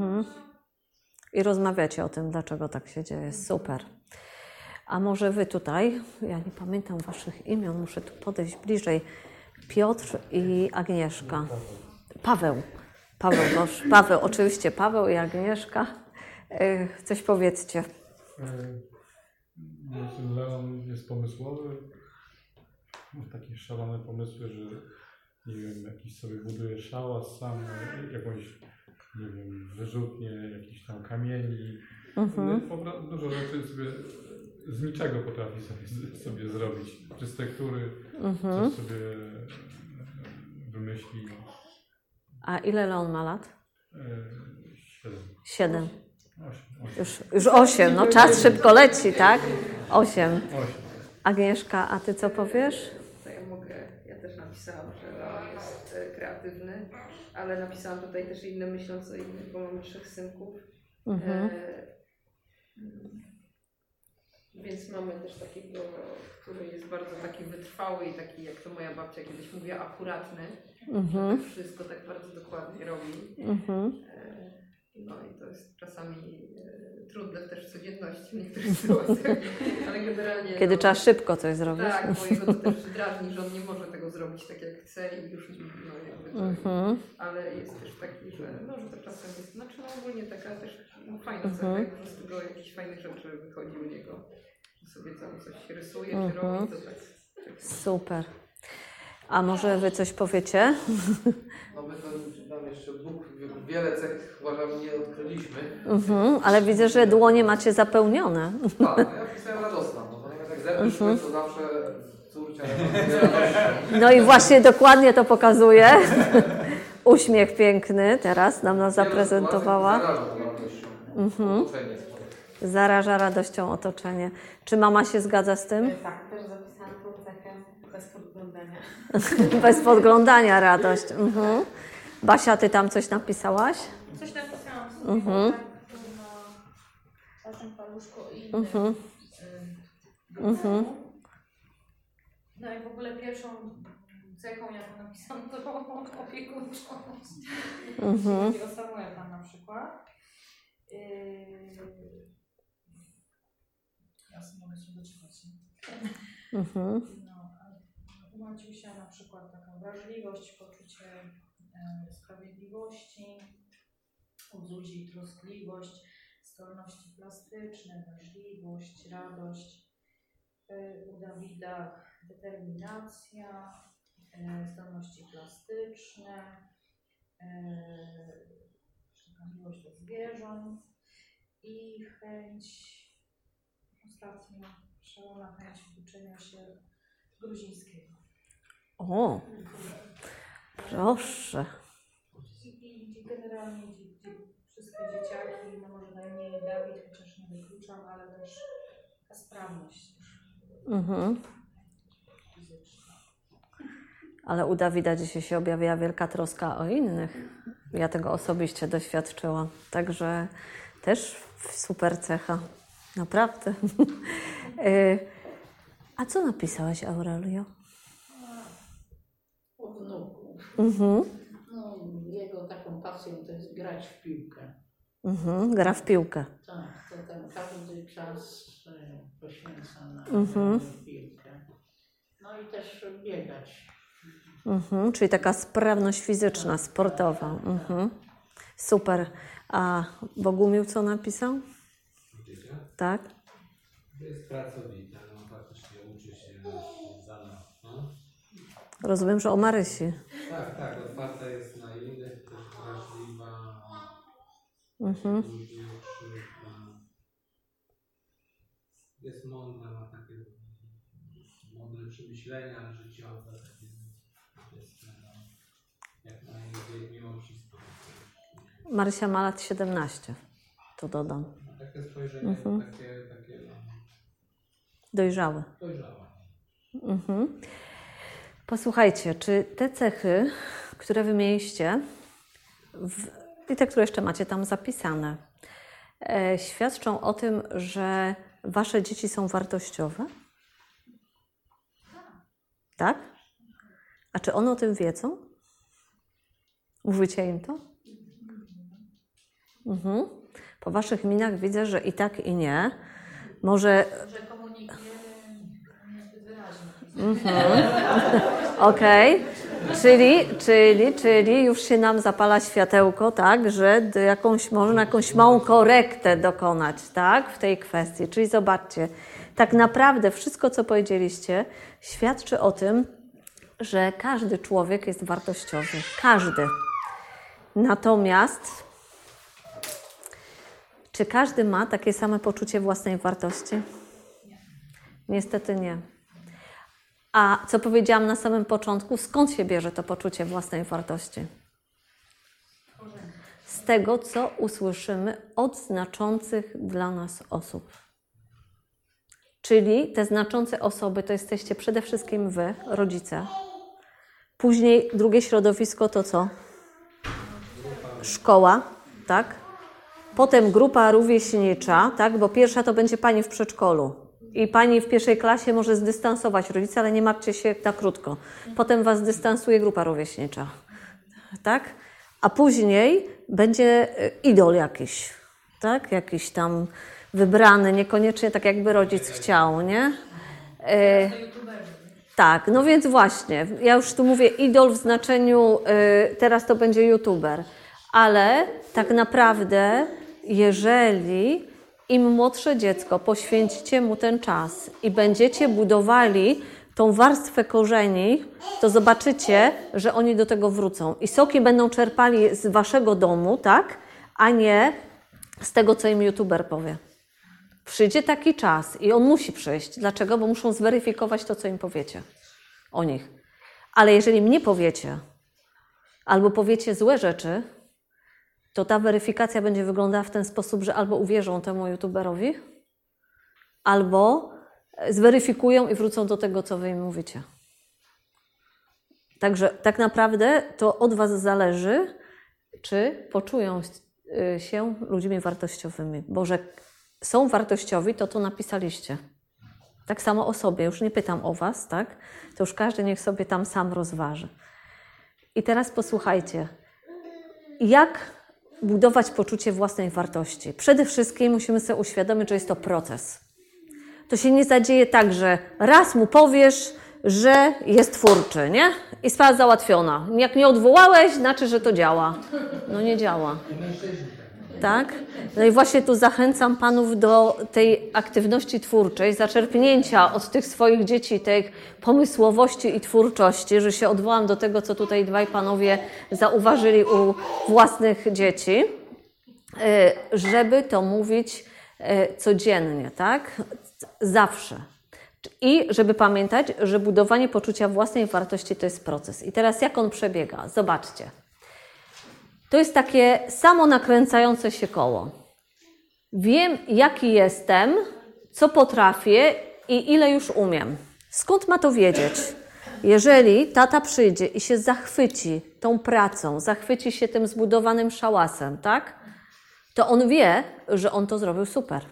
Speaker 3: I rozmawiacie o tym, dlaczego tak się dzieje. Super. A może wy tutaj, ja nie pamiętam waszych imion, muszę tu podejść bliżej. Piotr i Agnieszka. Paweł, gosz. Paweł, oczywiście Paweł i Agnieszka. Coś powiedzcie.
Speaker 6: Leon jest pomysłowy, takie szalone pomysły, że nie wiem, jakiś sobie buduje szałas sam, jakąś, nie wiem, wyrzutnię jakichś tam kamieni. Dużo rzeczy sobie z niczego potrafi sobie zrobić. Czy z tektury coś sobie wymyśli.
Speaker 3: A ile Leon ma lat?
Speaker 6: 7.
Speaker 3: 7.
Speaker 6: 8.
Speaker 3: Już 8, no czas szybko leci, tak? 8.
Speaker 6: 8.
Speaker 3: Agnieszka, a ty co powiesz?
Speaker 7: To ja też napisałam, że Leon jest kreatywny, ale napisałam tutaj też inne, myśląc o innych, bo mamy 3 synków. Więc mamy też takiego, który jest bardzo taki wytrwały i taki, jak to moja babcia kiedyś mówiła, akuratny. Że tak wszystko tak bardzo dokładnie robi. No i to jest czasami trudne też w codzienności w niektórych sytuacjach, ale generalnie...
Speaker 3: Kiedy trzeba szybko coś zrobić.
Speaker 7: Tak, bo jego to też drażni, że on nie może tego zrobić tak jak chce i już ale jest też taki, że to czasem jest, ogólnie taka też fajna cecha, że z tego jakieś fajne rzeczy wychodzi u niego, że sobie tam coś rysuje czy robi, to tak.
Speaker 3: Super. A może wy coś powiecie?
Speaker 8: No my to tam jeszcze wiele cech uważam nie odkryliśmy.
Speaker 3: Ale widzę, że dłonie macie zapełnione.
Speaker 8: Tak, no ja pisałem radosna, no to jak zerkniemy, to zawsze córcia radości.
Speaker 3: No i właśnie dokładnie to pokazuje. Uśmiech piękny teraz nam zaprezentowała. Zaraża radością otoczenie. Czy mama się zgadza z tym?
Speaker 9: Tak, też zapisałam tą cechę bez podglądania.
Speaker 3: Bez podglądania radość. Basia, ty tam coś napisałaś?
Speaker 10: Coś napisałam sobie na tym paluszku i innym. No i w ogóle pierwszą cechą, jaką napisałam, to opiekuńczość. Chodzi o Samuela na przykład. Ja sobie mogę się doczytać. U Maciusia na przykład taką wrażliwość, poczucie sprawiedliwości, u Zuzi troskliwość, zdolności plastyczne, wrażliwość, radość, u Dawida determinacja, zdolności plastyczne, miłość do zwierząt i chęć, ostatnio szalona chęć uczenia się gruzińskiego.
Speaker 3: O, proszę.
Speaker 10: I generalnie wszystkie dzieciaki, no może najmniej Dawid, chociaż nie wykluczam, ale też taka sprawność fizyczna.
Speaker 3: Ale u Dawida dzisiaj się objawia wielka troska o innych. Ja tego osobiście doświadczyłam. Także też super cecha. Naprawdę. A co napisałaś, Aurelio?
Speaker 11: O wnuku. No, jego taką pasją to jest grać w piłkę.
Speaker 3: Gra w piłkę.
Speaker 11: Tak, to tam każdy czas poświęca na piłkę. No i też biegać.
Speaker 3: Czyli taka sprawność fizyczna, sportowa. Super. A Bogumił co napisał? Tak?
Speaker 12: To jest pracowita, no faktycznie uczy się zanadto.
Speaker 3: Rozumiem, że o Marysi.
Speaker 12: Tak, otwarta jest na innych, też wrażliwa. Jest mądra, ma takie mądre przemyślenia życiowe, jak na jej miłości.
Speaker 3: Marysia ma lat 17, to dodam.
Speaker 12: Takie spojrzenie, takie
Speaker 3: dojrzałe. Posłuchajcie, czy te cechy, które wymieniliście i te, które jeszcze macie tam zapisane, świadczą o tym, że wasze dzieci są wartościowe? Tak? A czy one o tym wiedzą? Mówicie im to? Po waszych minach widzę, że i tak, i nie. Może
Speaker 10: komunikujemy niezbyt wyraźnie.
Speaker 3: Okej. Czyli już się nam zapala światełko, tak, że można jakąś małą korektę dokonać, tak, w tej kwestii. Czyli zobaczcie, Tak naprawdę wszystko, co powiedzieliście, świadczy o tym, że każdy człowiek jest wartościowy. Każdy. Natomiast czy każdy ma takie same poczucie własnej wartości? Niestety nie. A co powiedziałam na samym początku, skąd się bierze to poczucie własnej wartości? Z tego, co usłyszymy od znaczących dla nas osób. Czyli te znaczące osoby to jesteście przede wszystkim wy, rodzice. Później drugie środowisko to co? Szkoła, tak? Potem grupa rówieśnicza, tak? Bo pierwsza to będzie pani w przedszkolu. I pani w pierwszej klasie może zdystansować rodzica, ale nie martwcie się na krótko. Potem was dystansuje grupa rówieśnicza. Tak? A później będzie idol jakiś. Tak? Jakiś tam wybrany, niekoniecznie tak jakby rodzic chciał, nie? Tak, no więc właśnie. Ja już tu mówię idol w znaczeniu, teraz to będzie youtuber. Ale tak naprawdę, jeżeli im młodsze dziecko, poświęcicie mu ten czas i będziecie budowali tą warstwę korzeni, to zobaczycie, że oni do tego wrócą. I soki będą czerpali z waszego domu, tak? A nie z tego, co im youtuber powie. Przyjdzie taki czas i on musi przyjść. Dlaczego? Bo muszą zweryfikować to, co im powiecie o nich. Ale jeżeli mnie powiecie, albo powiecie złe rzeczy, to ta weryfikacja będzie wyglądała w ten sposób, że albo uwierzą temu youtuberowi, albo zweryfikują i wrócą do tego, co wy im mówicie. Także tak naprawdę to od was zależy, czy poczują się ludźmi wartościowymi. Bo że są wartościowi, to napisaliście. Tak samo o sobie, już nie pytam o was, tak? To już każdy niech sobie tam sam rozważy. I teraz posłuchajcie, jak budować poczucie własnej wartości. Przede wszystkim musimy sobie uświadomić, że jest to proces. To się nie zadzieje tak, że raz mu powiesz, że jest twórczy, nie? I sprawa załatwiona. Jak nie odwołałeś, znaczy, że to działa. No nie działa. Tak? No i właśnie tu zachęcam panów do tej aktywności twórczej, zaczerpnięcia od tych swoich dzieci tej pomysłowości i twórczości, że się odwołam do tego, co tutaj dwaj panowie zauważyli u własnych dzieci, żeby to mówić codziennie, tak? Zawsze. I żeby pamiętać, że budowanie poczucia własnej wartości to jest proces. I teraz jak on przebiega? Zobaczcie. To jest takie samonakręcające się koło. Wiem, jaki jestem, co potrafię i ile już umiem. Skąd ma to wiedzieć? Jeżeli tata przyjdzie i się zachwyci tą pracą, zachwyci się tym zbudowanym szałasem, tak? To on wie, że on to zrobił super.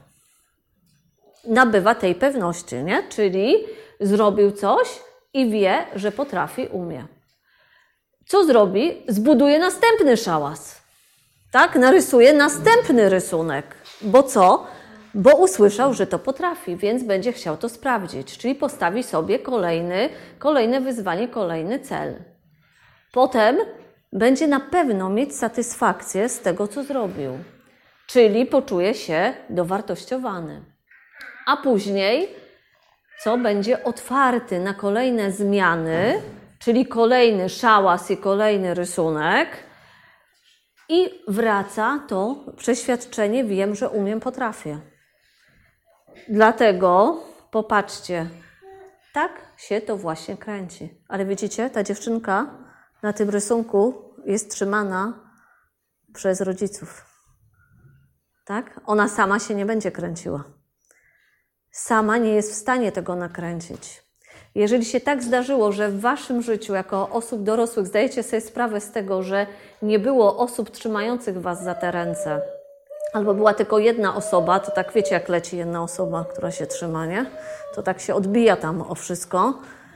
Speaker 3: Nabywa tej pewności, nie? Czyli zrobił coś i wie, że potrafi, umie. Co zrobi? Zbuduje następny szałas. Tak? Narysuje następny rysunek. Bo co? Bo usłyszał, że to potrafi, więc będzie chciał to sprawdzić. Czyli postawi sobie kolejne wyzwanie, kolejny cel. Potem będzie na pewno mieć satysfakcję z tego, co zrobił. Czyli poczuje się dowartościowany. A później, co? Będzie otwarty na kolejne zmiany, czyli kolejny szałas i kolejny rysunek i wraca to przeświadczenie, wiem, że umiem, potrafię. Dlatego, popatrzcie, tak się to właśnie kręci. Ale widzicie, ta dziewczynka na tym rysunku jest trzymana przez rodziców. Tak? Ona sama się nie będzie kręciła. Sama nie jest w stanie tego nakręcić. Jeżeli się tak zdarzyło, że w waszym życiu jako osób dorosłych zdajecie sobie sprawę z tego, że nie było osób trzymających was za te ręce, albo była tylko jedna osoba, to tak wiecie, jak leci jedna osoba, która się trzyma, nie? To tak się odbija tam o wszystko.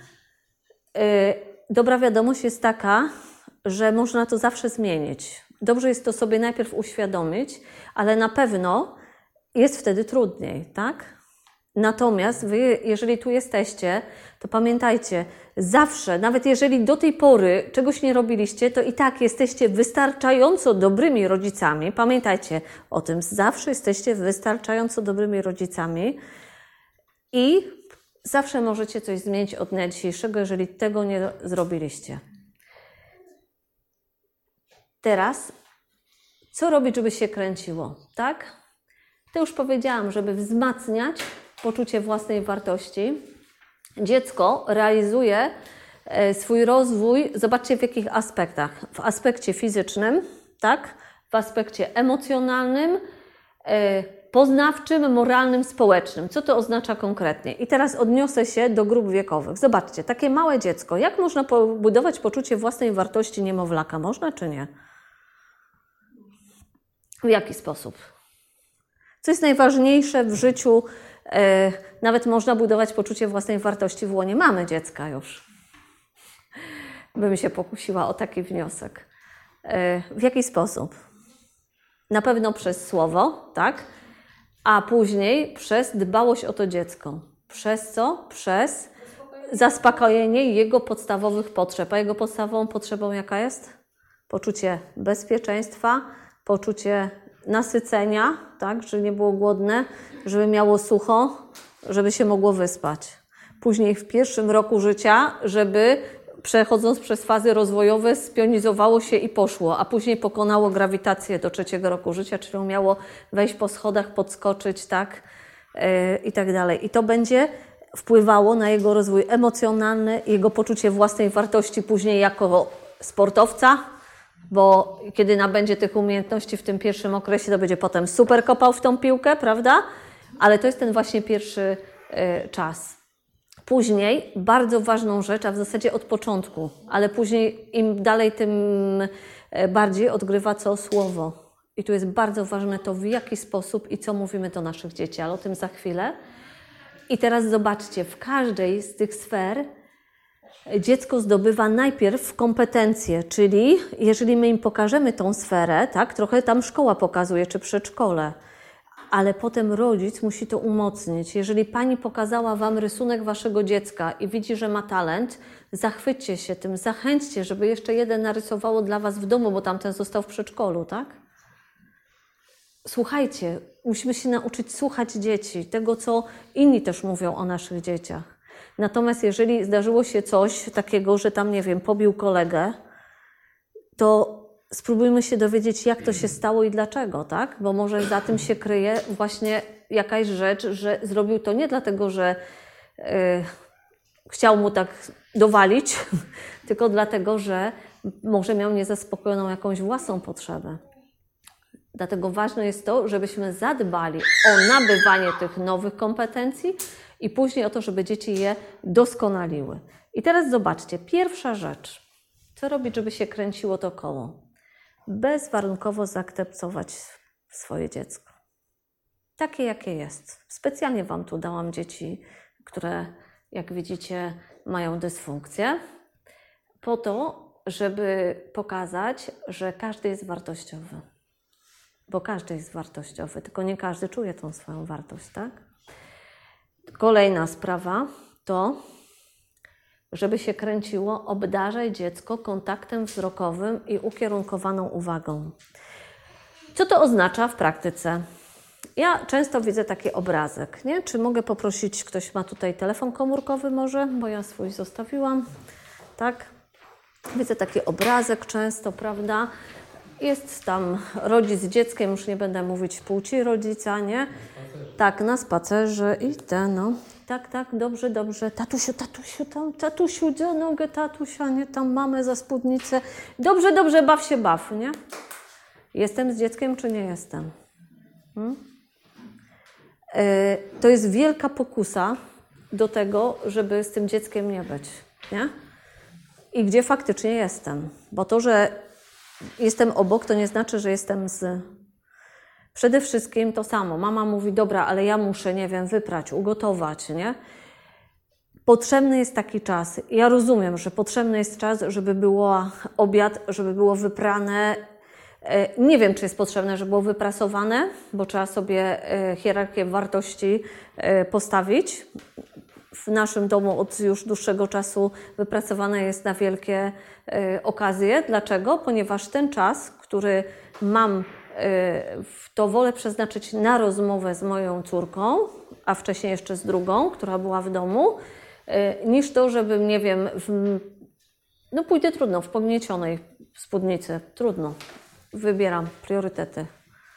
Speaker 3: Dobra wiadomość jest taka, że można to zawsze zmienić. Dobrze jest to sobie najpierw uświadomić, ale na pewno jest wtedy trudniej, tak? Natomiast wy, jeżeli tu jesteście, to pamiętajcie, zawsze, nawet jeżeli do tej pory czegoś nie robiliście, to i tak jesteście wystarczająco dobrymi rodzicami. Pamiętajcie o tym, zawsze jesteście wystarczająco dobrymi rodzicami I zawsze możecie coś zmienić od dnia dzisiejszego, jeżeli tego nie zrobiliście. Teraz, co robić, żeby się kręciło, tak? To już powiedziałam, żeby wzmacniać poczucie własnej wartości. Dziecko realizuje swój rozwój, zobaczcie w jakich aspektach. W aspekcie fizycznym, tak? W aspekcie emocjonalnym, poznawczym, moralnym, społecznym. Co to oznacza konkretnie? I teraz odniosę się do grup wiekowych. Zobaczcie, takie małe dziecko. Jak można budować poczucie własnej wartości niemowlaka? Można czy nie? W jaki sposób? Co jest najważniejsze w życiu? Nawet można budować poczucie własnej wartości w łonie mamy dziecka już. Bym się pokusiła o taki wniosek. W jaki sposób? Na pewno przez słowo, tak? A później przez dbałość o to dziecko. Przez co? Przez zaspokojenie jego podstawowych potrzeb. A jego podstawową potrzebą jaka jest? Poczucie bezpieczeństwa, poczucie nasycenia, tak? Żeby nie było głodne, żeby miało sucho, żeby się mogło wyspać. Później w pierwszym roku życia, żeby przechodząc przez fazy rozwojowe spionizowało się i poszło, a później pokonało grawitację do 3 roku życia, czyli umiało wejść po schodach, podskoczyć, tak, i tak dalej. I to będzie wpływało na jego rozwój emocjonalny, jego poczucie własnej wartości później jako sportowca, bo kiedy nabędzie tych umiejętności w tym pierwszym okresie, to będzie potem super kopał w tą piłkę, prawda? Ale to jest ten właśnie pierwszy czas. Później bardzo ważną rzecz, a w zasadzie od początku, ale później im dalej, tym bardziej odgrywa co słowo. I tu jest bardzo ważne to, w jaki sposób i co mówimy do naszych dzieci, ale o tym za chwilę. I teraz zobaczcie, w każdej z tych sfer dziecko zdobywa najpierw kompetencje, czyli jeżeli my im pokażemy tą sferę, tak, trochę tam szkoła pokazuje, czy przedszkole, ale potem rodzic musi to umocnić. Jeżeli pani pokazała wam rysunek waszego dziecka i widzi, że ma talent, zachwyćcie się tym, zachęćcie, żeby jeszcze jeden narysowało dla was w domu, bo tamten został w przedszkolu, tak? Słuchajcie, musimy się nauczyć słuchać dzieci, tego, co inni też mówią o naszych dzieciach. Natomiast jeżeli zdarzyło się coś takiego, że tam, nie wiem, pobił kolegę, to spróbujmy się dowiedzieć, jak to się stało i dlaczego, tak? Bo może za tym się kryje właśnie jakaś rzecz, że zrobił to nie dlatego, że chciał mu tak dowalić, tylko dlatego, że może miał niezaspokojoną jakąś własną potrzebę. Dlatego ważne jest to, żebyśmy zadbali o nabywanie tych nowych kompetencji i później o to, żeby dzieci je doskonaliły. I teraz zobaczcie, pierwsza rzecz. Co robić, żeby się kręciło to koło? Bezwarunkowo zaakceptować swoje dziecko. Takie, jakie jest. Specjalnie wam tu dałam dzieci, które, jak widzicie, mają dysfunkcję, po to, żeby pokazać, że każdy jest wartościowy. Bo każdy jest wartościowy, tylko nie każdy czuje tą swoją wartość, tak? Kolejna sprawa to, żeby się kręciło, obdarzaj dziecko kontaktem wzrokowym i ukierunkowaną uwagą. Co to oznacza w praktyce? Ja często widzę taki obrazek, nie? Czy mogę poprosić, ktoś ma tutaj telefon komórkowy może, bo ja swój zostawiłam, tak? Widzę taki obrazek często, prawda? Jest tam rodzic z dzieckiem, już nie będę mówić płci rodzica, nie? Tak, na spacerze i no. Tak, dobrze. Tatusiu, za nogę tatusia, nie? Tam mamę za spódnicę. Dobrze, baw się, nie? Jestem z dzieckiem, czy nie jestem? To jest wielka pokusa do tego, żeby z tym dzieckiem nie być, nie? I gdzie faktycznie jestem? Bo to, że jestem obok, to nie znaczy, że jestem z... Przede wszystkim to samo. Mama mówi, dobra, ale ja muszę, nie wiem, wyprać, ugotować, nie? Potrzebny jest taki czas. Ja rozumiem, że potrzebny jest czas, żeby było obiad, żeby było wyprane. Nie wiem, czy jest potrzebne, żeby było wyprasowane, bo trzeba sobie hierarchię wartości postawić. W naszym domu od już dłuższego czasu wypracowane jest na wielkie okazje. Dlaczego? Ponieważ ten czas, który mam, to wolę przeznaczyć na rozmowę z moją córką a wcześniej jeszcze z drugą, która była w domu, niż to, żebym, nie wiem, no pójdę trudno, w pogniecionej spódnicy. Trudno. Wybieram priorytety.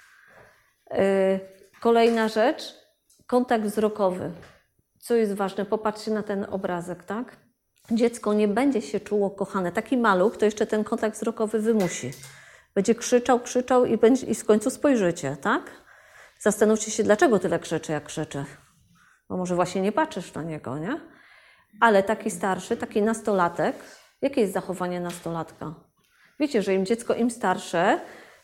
Speaker 3: Kolejna rzecz, kontakt wzrokowy. Co jest ważne? Popatrzcie na ten obrazek, tak? Dziecko nie będzie się czuło kochane. Taki maluch to jeszcze ten kontakt wzrokowy wymusi. Będzie krzyczał i w końcu spojrzycie, tak? Zastanówcie się, dlaczego tyle krzyczy, jak krzyczy. Bo może właśnie nie patrzysz na niego, nie? Ale taki starszy, taki nastolatek, jakie jest zachowanie nastolatka? Wiecie, że im starsze,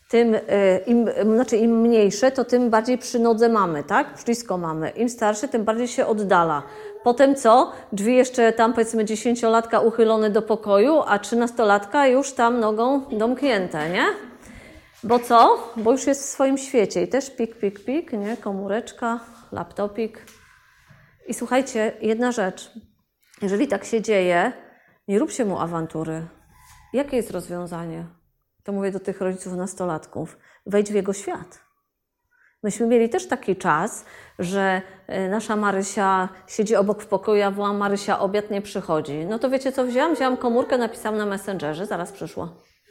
Speaker 3: im mniejsze, to tym bardziej przy nodze mamy, tak? Blisko mamy. Im starszy, tym bardziej się oddala. Potem co? Drzwi jeszcze tam, powiedzmy, 10-latka uchylone do pokoju, a 13-latka już tam nogą domknięte, nie? Bo co? Bo już jest w swoim świecie i też pik, nie? Komóreczka, laptopik. I słuchajcie, jedna rzecz. Jeżeli tak się dzieje, nie rób się mu awantury. Jakie jest rozwiązanie? To mówię do tych rodziców nastolatków. Wejdź w jego świat. Myśmy mieli też taki czas, że nasza Marysia siedzi obok w pokoju, a wołam: Marysia, obiad nie przychodzi. No to wiecie co wzięłam? Wzięłam komórkę, napisałam na Messengerze, zaraz przyszła.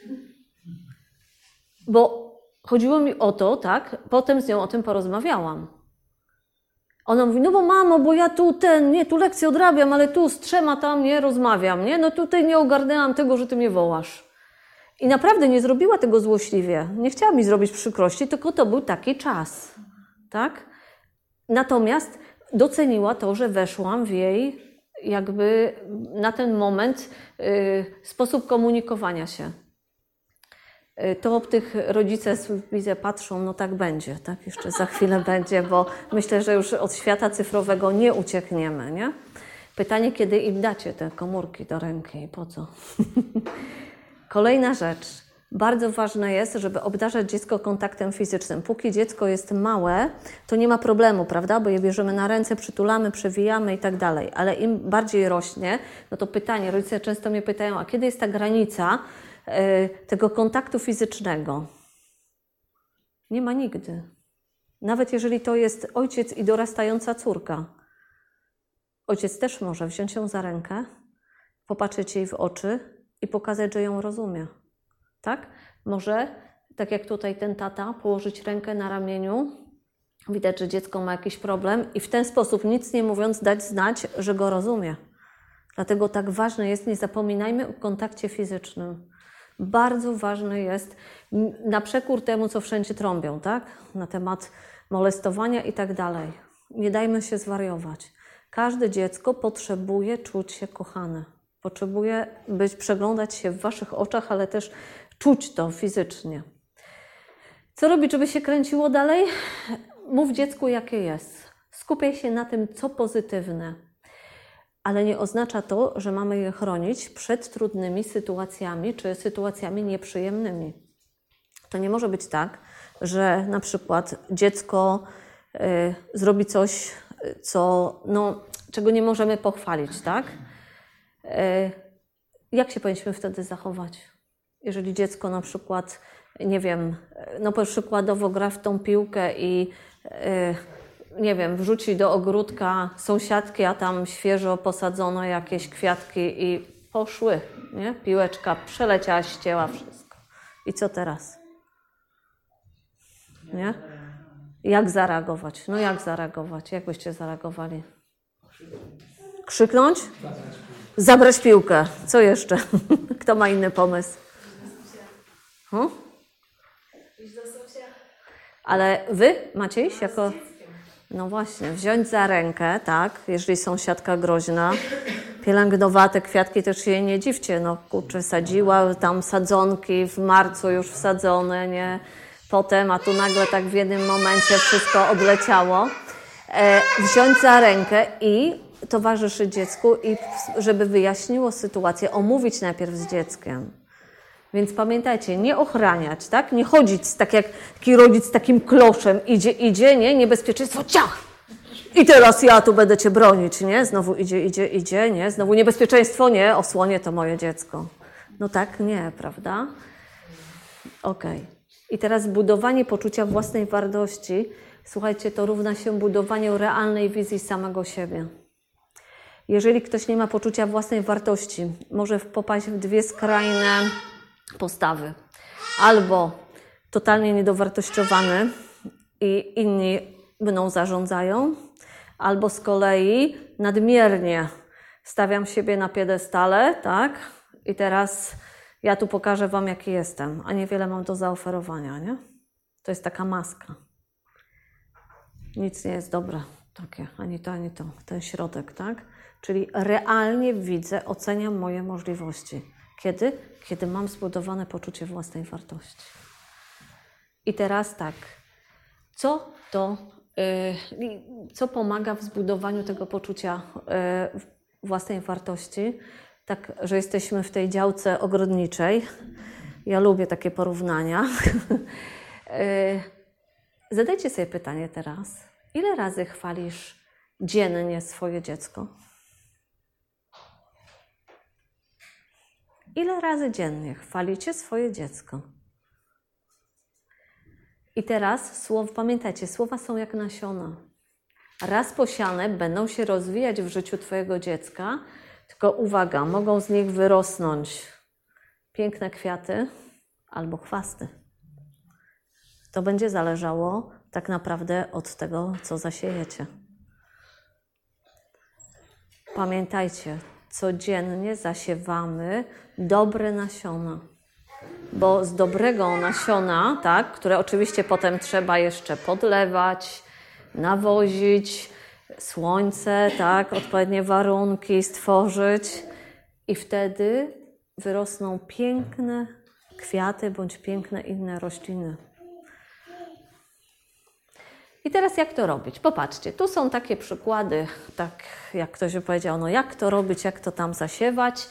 Speaker 3: Bo chodziło mi o to, tak, potem z nią o tym porozmawiałam. Ona mówi: no bo mamo, bo ja tu lekcję odrabiam, ale tu z 3 tam nie rozmawiam, nie? No tutaj nie ogarnęłam tego, że ty mnie wołasz. I naprawdę nie zrobiła tego złośliwie. Nie chciała mi zrobić przykrości, tylko to był taki czas, tak? Natomiast doceniła to, że weszłam w jej jakby na ten moment sposób komunikowania się. To tych rodzice, widzę, patrzą, no tak będzie, tak? Jeszcze za chwilę będzie, bo myślę, że już od świata cyfrowego nie uciekniemy, nie? Pytanie, kiedy im dacie te komórki do ręki i po co? Kolejna rzecz. Bardzo ważne jest, żeby obdarzać dziecko kontaktem fizycznym. Póki dziecko jest małe, to nie ma problemu, prawda? Bo je bierzemy na ręce, przytulamy, przewijamy i tak dalej. Ale im bardziej rośnie, no to pytanie, rodzice często mnie pytają, a kiedy jest ta granica tego kontaktu fizycznego? Nie ma nigdy. Nawet jeżeli to jest ojciec i dorastająca córka. Ojciec też może wziąć ją za rękę, popatrzeć jej w oczy i pokazać, że ją rozumie. Tak? Może, tak jak tutaj ten tata, położyć rękę na ramieniu, widać, że dziecko ma jakiś problem i w ten sposób, nic nie mówiąc, dać znać, że go rozumie. Dlatego tak ważne jest, nie zapominajmy o kontakcie fizycznym. Bardzo ważne jest, na przekór temu, co wszędzie trąbią, tak? Na temat molestowania i tak dalej. Nie dajmy się zwariować. Każde dziecko potrzebuje czuć się kochane. Potrzebuje przeglądać się w waszych oczach, ale też czuć to fizycznie. Co robić, żeby się kręciło dalej? Mów dziecku, jakie jest. Skupiaj się na tym, co pozytywne. Ale nie oznacza to, że mamy je chronić przed trudnymi sytuacjami czy sytuacjami nieprzyjemnymi. To nie może być tak, że na przykład dziecko zrobi coś, czego nie możemy pochwalić, tak? Jak się powinniśmy wtedy zachować? Jeżeli dziecko na przykład, nie wiem, przykładowo gra w tą piłkę i nie wiem, wrzuci do ogródka sąsiadki, a tam świeżo posadzono jakieś kwiatki i poszły, nie? Piłeczka przeleciała, ścięła wszystko. I co teraz? Nie? Jak zareagować? No jak zareagować? Jak byście zareagowali? Krzyknąć? Zabrać piłkę. Co jeszcze? Kto ma inny pomysł?
Speaker 4: Iść do sąsiada.
Speaker 3: Ale wy macie iść jako... No właśnie, wziąć za rękę, tak, jeżeli sąsiadka groźna, pielęgnowała te kwiatki, też się jej nie dziwcie, no kurczę, sadziła tam sadzonki w marcu już wsadzone, nie, potem, a tu nagle tak w jednym momencie wszystko odleciało. Wziąć za rękę i towarzyszyć dziecku, i żeby wyjaśniło sytuację, omówić najpierw z dzieckiem. Więc pamiętajcie, nie ochraniać, tak? Nie chodzić tak jak taki rodzic z takim kloszem, idzie, nie? Niebezpieczeństwo, ciach! I teraz ja tu będę cię bronić, nie? Znowu idzie, nie? Znowu niebezpieczeństwo, nie? Osłonię to moje dziecko. No tak, nie, prawda? Okej. I teraz budowanie poczucia własnej wartości Słuchajcie, to równa się budowaniu realnej wizji samego siebie. Jeżeli ktoś nie ma poczucia własnej wartości, może popaść w dwie skrajne postawy. Albo totalnie niedowartościowany i inni mną zarządzają, albo z kolei nadmiernie stawiam siebie na piedestale, tak? I teraz ja tu pokażę wam, jaki jestem, a niewiele mam do zaoferowania, nie? To jest taka maska. Nic nie jest dobre takie, ani to, ten środek, tak? Czyli realnie widzę, oceniam moje możliwości. Kiedy? Kiedy mam zbudowane poczucie własnej wartości. I teraz tak, co pomaga w zbudowaniu tego poczucia własnej wartości? Tak, że jesteśmy w tej działce ogrodniczej. Ja lubię takie porównania. Zadajcie sobie pytanie teraz. Ile razy chwalisz dziennie swoje dziecko? Ile razy dziennie chwalicie swoje dziecko? I teraz pamiętajcie, słowa są jak nasiona. Raz posiane będą się rozwijać w życiu twojego dziecka, tylko uwaga, mogą z nich wyrosnąć piękne kwiaty albo chwasty. To będzie zależało tak naprawdę od tego, co zasiejecie. Pamiętajcie, codziennie zasiewamy dobre nasiona. Bo z dobrego nasiona, tak, które oczywiście potem trzeba jeszcze podlewać, nawozić, słońce, tak, odpowiednie warunki stworzyć i wtedy wyrosną piękne kwiaty bądź piękne inne rośliny. I teraz jak to robić? Popatrzcie, tu są takie przykłady, tak jak ktoś by powiedział, no jak to robić, jak to tam zasiewać.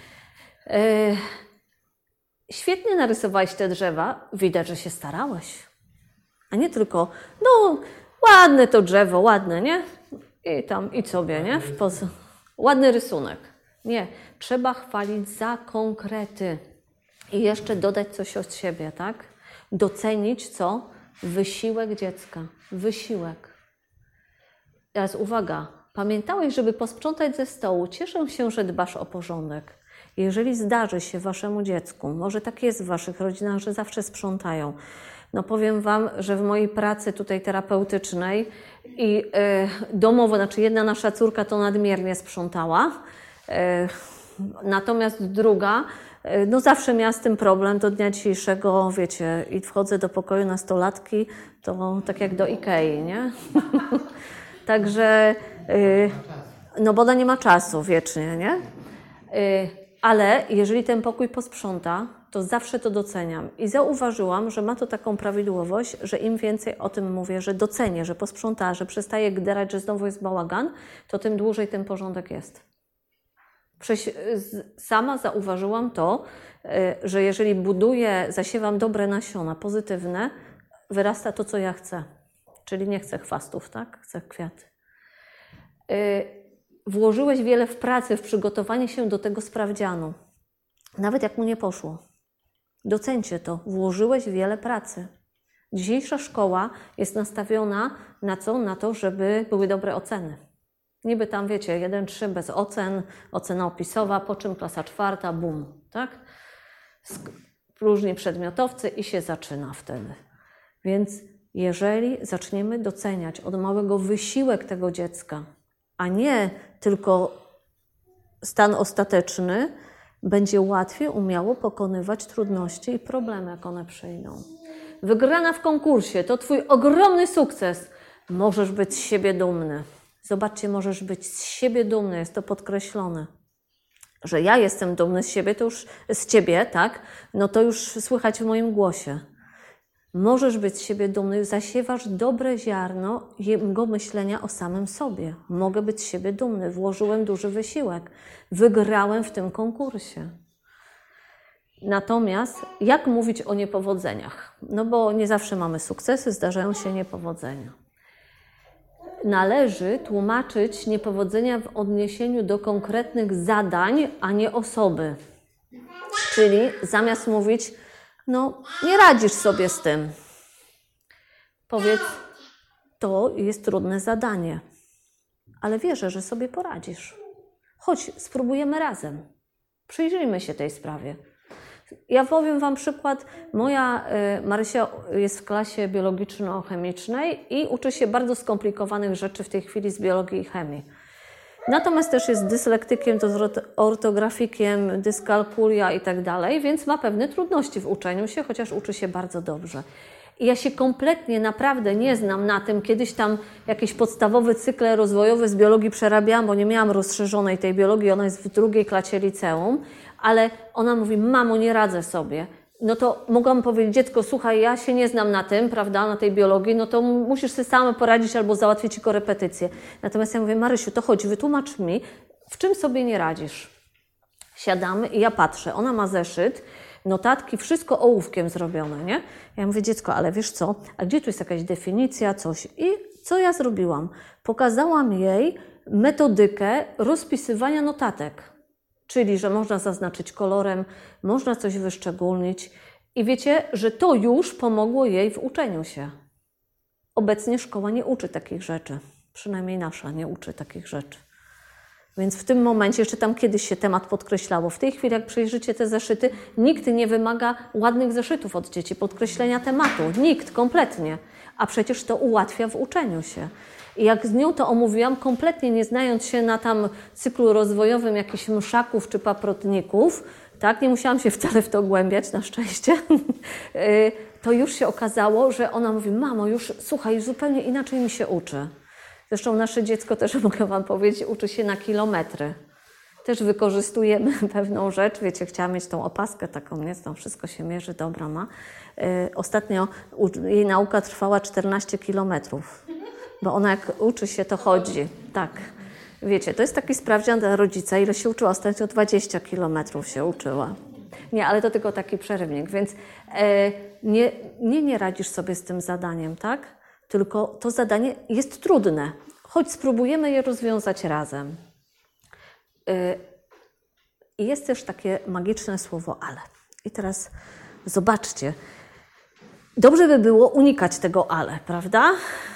Speaker 3: Świetnie narysowałeś te drzewa, widać, że się starałeś. A nie tylko, no ładne to drzewo, ładne, nie? I tam idź sobie, nie? Ładny rysunek. Nie, trzeba chwalić za konkrety. I jeszcze dodać coś od siebie, tak? Docenić co? Wysiłek dziecka. Wysiłek. Teraz uwaga, pamiętałeś, żeby posprzątać ze stołu. Cieszę się, że dbasz o porządek. Jeżeli zdarzy się waszemu dziecku, może tak jest w waszych rodzinach, że zawsze sprzątają. No powiem wam, że w mojej pracy tutaj terapeutycznej i domowo, znaczy jedna nasza córka to nadmiernie sprzątała, natomiast druga, no zawsze miała z tym problem do dnia dzisiejszego, wiecie, i wchodzę do pokoju nastolatki, to tak jak do Ikei, nie? Także, no bo ona nie ma czasu wiecznie, nie? Ale jeżeli ten pokój posprząta, to zawsze to doceniam. I zauważyłam, że ma to taką prawidłowość, że im więcej o tym mówię, że docenię, że posprząta, że przestaje gderać, że znowu jest bałagan, to tym dłużej ten porządek jest. Sama zauważyłam to, że jeżeli buduję, zasiewam dobre nasiona, pozytywne, wyrasta to, co ja chcę. Czyli nie chcę chwastów, tak? Chcę kwiaty. Włożyłeś wiele w pracę, w przygotowanie się do tego sprawdzianu. Nawet jak mu nie poszło. Doceńcie to. Włożyłeś wiele pracy. Dzisiejsza szkoła jest nastawiona na co? Na to, żeby były dobre oceny. Niby tam, wiecie, 1-3 bez ocen, ocena opisowa, po czym klasa 4, bum, tak? Różni przedmiotowcy i się zaczyna wtedy. Więc jeżeli zaczniemy doceniać od małego wysiłek tego dziecka, a nie tylko stan ostateczny, będzie łatwiej umiało pokonywać trudności i problemy, jak one przyjdą. Wygrana w konkursie to twój ogromny sukces. Możesz być z siebie dumny. Zobaczcie, możesz być z siebie dumny, jest to podkreślone. Że ja jestem dumny z siebie, to już z ciebie, tak? No to już słychać w moim głosie. Możesz być z siebie dumny, zasiewasz dobre ziarno jego myślenia o samym sobie. Mogę być z siebie dumny, włożyłem duży wysiłek, wygrałem w tym konkursie. Natomiast jak mówić o niepowodzeniach? No bo nie zawsze mamy sukcesy, zdarzają się niepowodzenia. Należy tłumaczyć niepowodzenia w odniesieniu do konkretnych zadań, a nie osoby. Czyli zamiast mówić, no nie radzisz sobie z tym, powiedz, to jest trudne zadanie. Ale wierzę, że sobie poradzisz. Chodź, spróbujemy razem. Przyjrzyjmy się tej sprawie. Ja powiem Wam przykład. Moja Marysia jest w klasie biologiczno-chemicznej i uczy się bardzo skomplikowanych rzeczy w tej chwili z biologii i chemii. Natomiast też jest dyslektykiem, to z ortografikiem, dyskalkulia i tak dalej, więc ma pewne trudności w uczeniu się, chociaż uczy się bardzo dobrze. I ja się kompletnie naprawdę nie znam na tym. Kiedyś tam jakieś podstawowe cykle rozwojowe z biologii przerabiałam, bo nie miałam rozszerzonej tej biologii, ona jest w 2. klasie liceum, ale ona mówi, mamo, nie radzę sobie. No to mogłam powiedzieć, dziecko, słuchaj, ja się nie znam na tym, prawda, na tej biologii, no to musisz sobie sama poradzić albo załatwię ci korepetycję. Natomiast ja mówię, Marysiu, to chodź, wytłumacz mi, w czym sobie nie radzisz. Siadamy i ja patrzę, ona ma zeszyt, notatki, wszystko ołówkiem zrobione, nie? Ja mówię, dziecko, ale wiesz co, a gdzie tu jest jakaś definicja, coś? I co ja zrobiłam? Pokazałam jej metodykę rozpisywania notatek. Czyli, że można zaznaczyć kolorem, można coś wyszczególnić. I wiecie, że to już pomogło jej w uczeniu się. Obecnie szkoła nie uczy takich rzeczy. Przynajmniej nasza nie uczy takich rzeczy. Więc w tym momencie, jeszcze tam kiedyś się temat podkreślało, w tej chwili jak przejrzycie te zeszyty, nikt nie wymaga ładnych zeszytów od dzieci, podkreślenia tematu. Nikt, kompletnie. A przecież to ułatwia w uczeniu się. I jak z nią to omówiłam, kompletnie nie znając się na tam cyklu rozwojowym jakichś mszaków czy paprotników, tak, nie musiałam się wcale w to głębiać, na szczęście, to już się okazało, że ona mówi, mamo, już słuchaj, zupełnie inaczej mi się uczy. Zresztą nasze dziecko też, mogę Wam powiedzieć, uczy się na kilometry. Też wykorzystujemy pewną rzecz. Wiecie, chciałam mieć tą opaskę taką, nie? Tam wszystko się mierzy, dobra ma. Ostatnio jej nauka trwała 14 kilometrów. Bo ona jak uczy się, to chodzi. Tak. Wiecie, to jest taki sprawdzian dla rodzica. Ile się uczyła? Ostatnio 20 kilometrów się uczyła. Nie, ale to tylko taki przerywnik. Więc nie radzisz sobie z tym zadaniem, tak? Tylko to zadanie jest trudne. Choć spróbujemy je rozwiązać razem. I jest też takie magiczne słowo ale. I teraz zobaczcie. Dobrze by było unikać tego ale, prawda?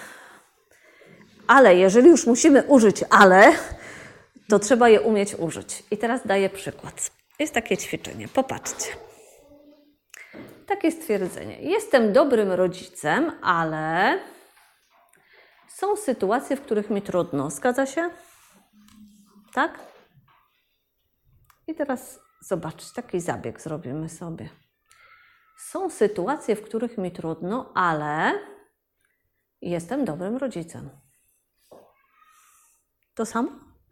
Speaker 3: Ale jeżeli już musimy użyć ale, to trzeba je umieć użyć. I teraz daję przykład. Jest takie ćwiczenie. Popatrzcie. Takie stwierdzenie. Jestem dobrym rodzicem, ale są sytuacje, w których mi trudno. Zgadza się? Tak? I teraz zobaczcie, taki zabieg zrobimy sobie. Są sytuacje, w których mi trudno, ale jestem dobrym rodzicem. To samo?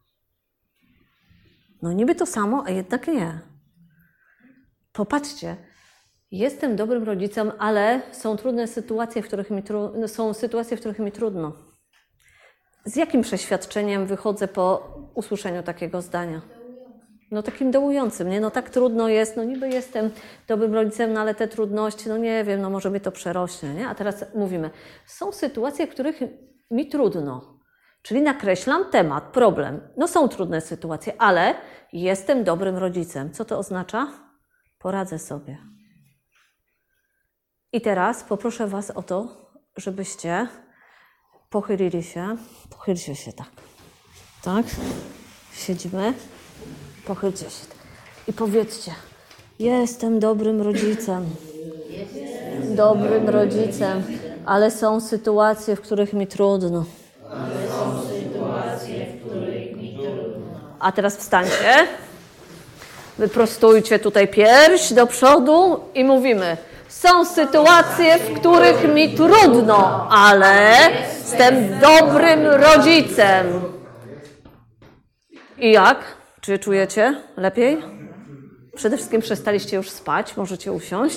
Speaker 3: No niby to samo, a jednak nie. Popatrzcie. Jestem dobrym rodzicem, ale są trudne sytuacje, w których mi trudno. Z jakim przeświadczeniem wychodzę po usłyszeniu takiego zdania? No takim dołującym, nie? No tak trudno jest, no niby jestem dobrym rodzicem, no ale te trudności, no nie wiem, no może mnie to przerośnie, nie? A teraz mówimy, są sytuacje, w których mi trudno. Czyli nakreślam temat, problem. No są trudne sytuacje, ale jestem dobrym rodzicem. Co to oznacza? Poradzę sobie. I teraz poproszę Was o to, żebyście pochylili się. Pochylcie się tak. Tak? Siedzimy. Pochylcie się tak. I powiedzcie, jestem dobrym rodzicem. Dobrym rodzicem, ale są sytuacje, w których mi trudno. A teraz wstańcie. Wyprostujcie tutaj pierś do przodu i mówimy. Są sytuacje, w których mi trudno, ale jestem dobrym rodzicem. I jak? Czy czujecie lepiej? Przede wszystkim przestaliście już spać, możecie usiąść.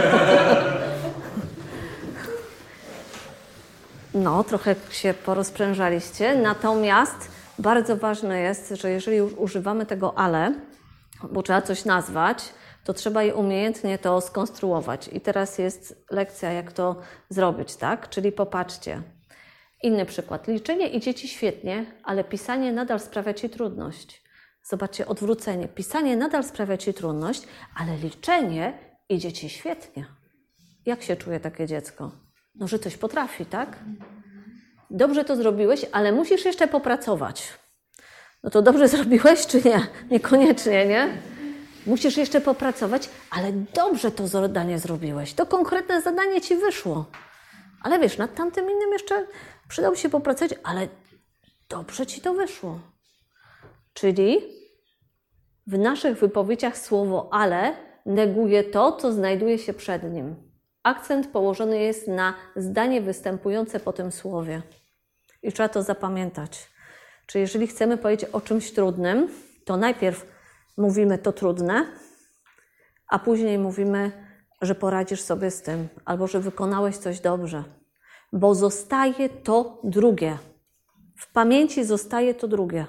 Speaker 3: No, trochę się porozprężaliście, natomiast bardzo ważne jest, że jeżeli już używamy tego ale, bo trzeba coś nazwać, to trzeba je umiejętnie to skonstruować. I teraz jest lekcja, jak to zrobić, tak? Czyli popatrzcie. Inny przykład. Liczenie idzie Ci świetnie, ale pisanie nadal sprawia Ci trudność. Zobaczcie, odwrócenie. Pisanie nadal sprawia Ci trudność, ale liczenie idzie Ci świetnie. Jak się czuje takie dziecko? No, że coś potrafi, tak? dobrze to zrobiłeś, ale musisz jeszcze popracować. No to dobrze zrobiłeś, czy nie? Niekoniecznie, nie? Musisz jeszcze popracować, ale dobrze to zadanie zrobiłeś. To konkretne zadanie ci wyszło. Ale wiesz, nad tamtym innym jeszcze przydało się popracować, ale dobrze ci to wyszło. Czyli w naszych wypowiedziach słowo ale neguje to, co znajduje się przed nim. Akcent położony jest na zdanie występujące po tym słowie. I trzeba to zapamiętać. Czyli jeżeli chcemy powiedzieć o czymś trudnym, to najpierw mówimy to trudne, a później mówimy, że poradzisz sobie z tym, albo że wykonałeś coś dobrze. Bo zostaje to drugie. W pamięci zostaje to drugie.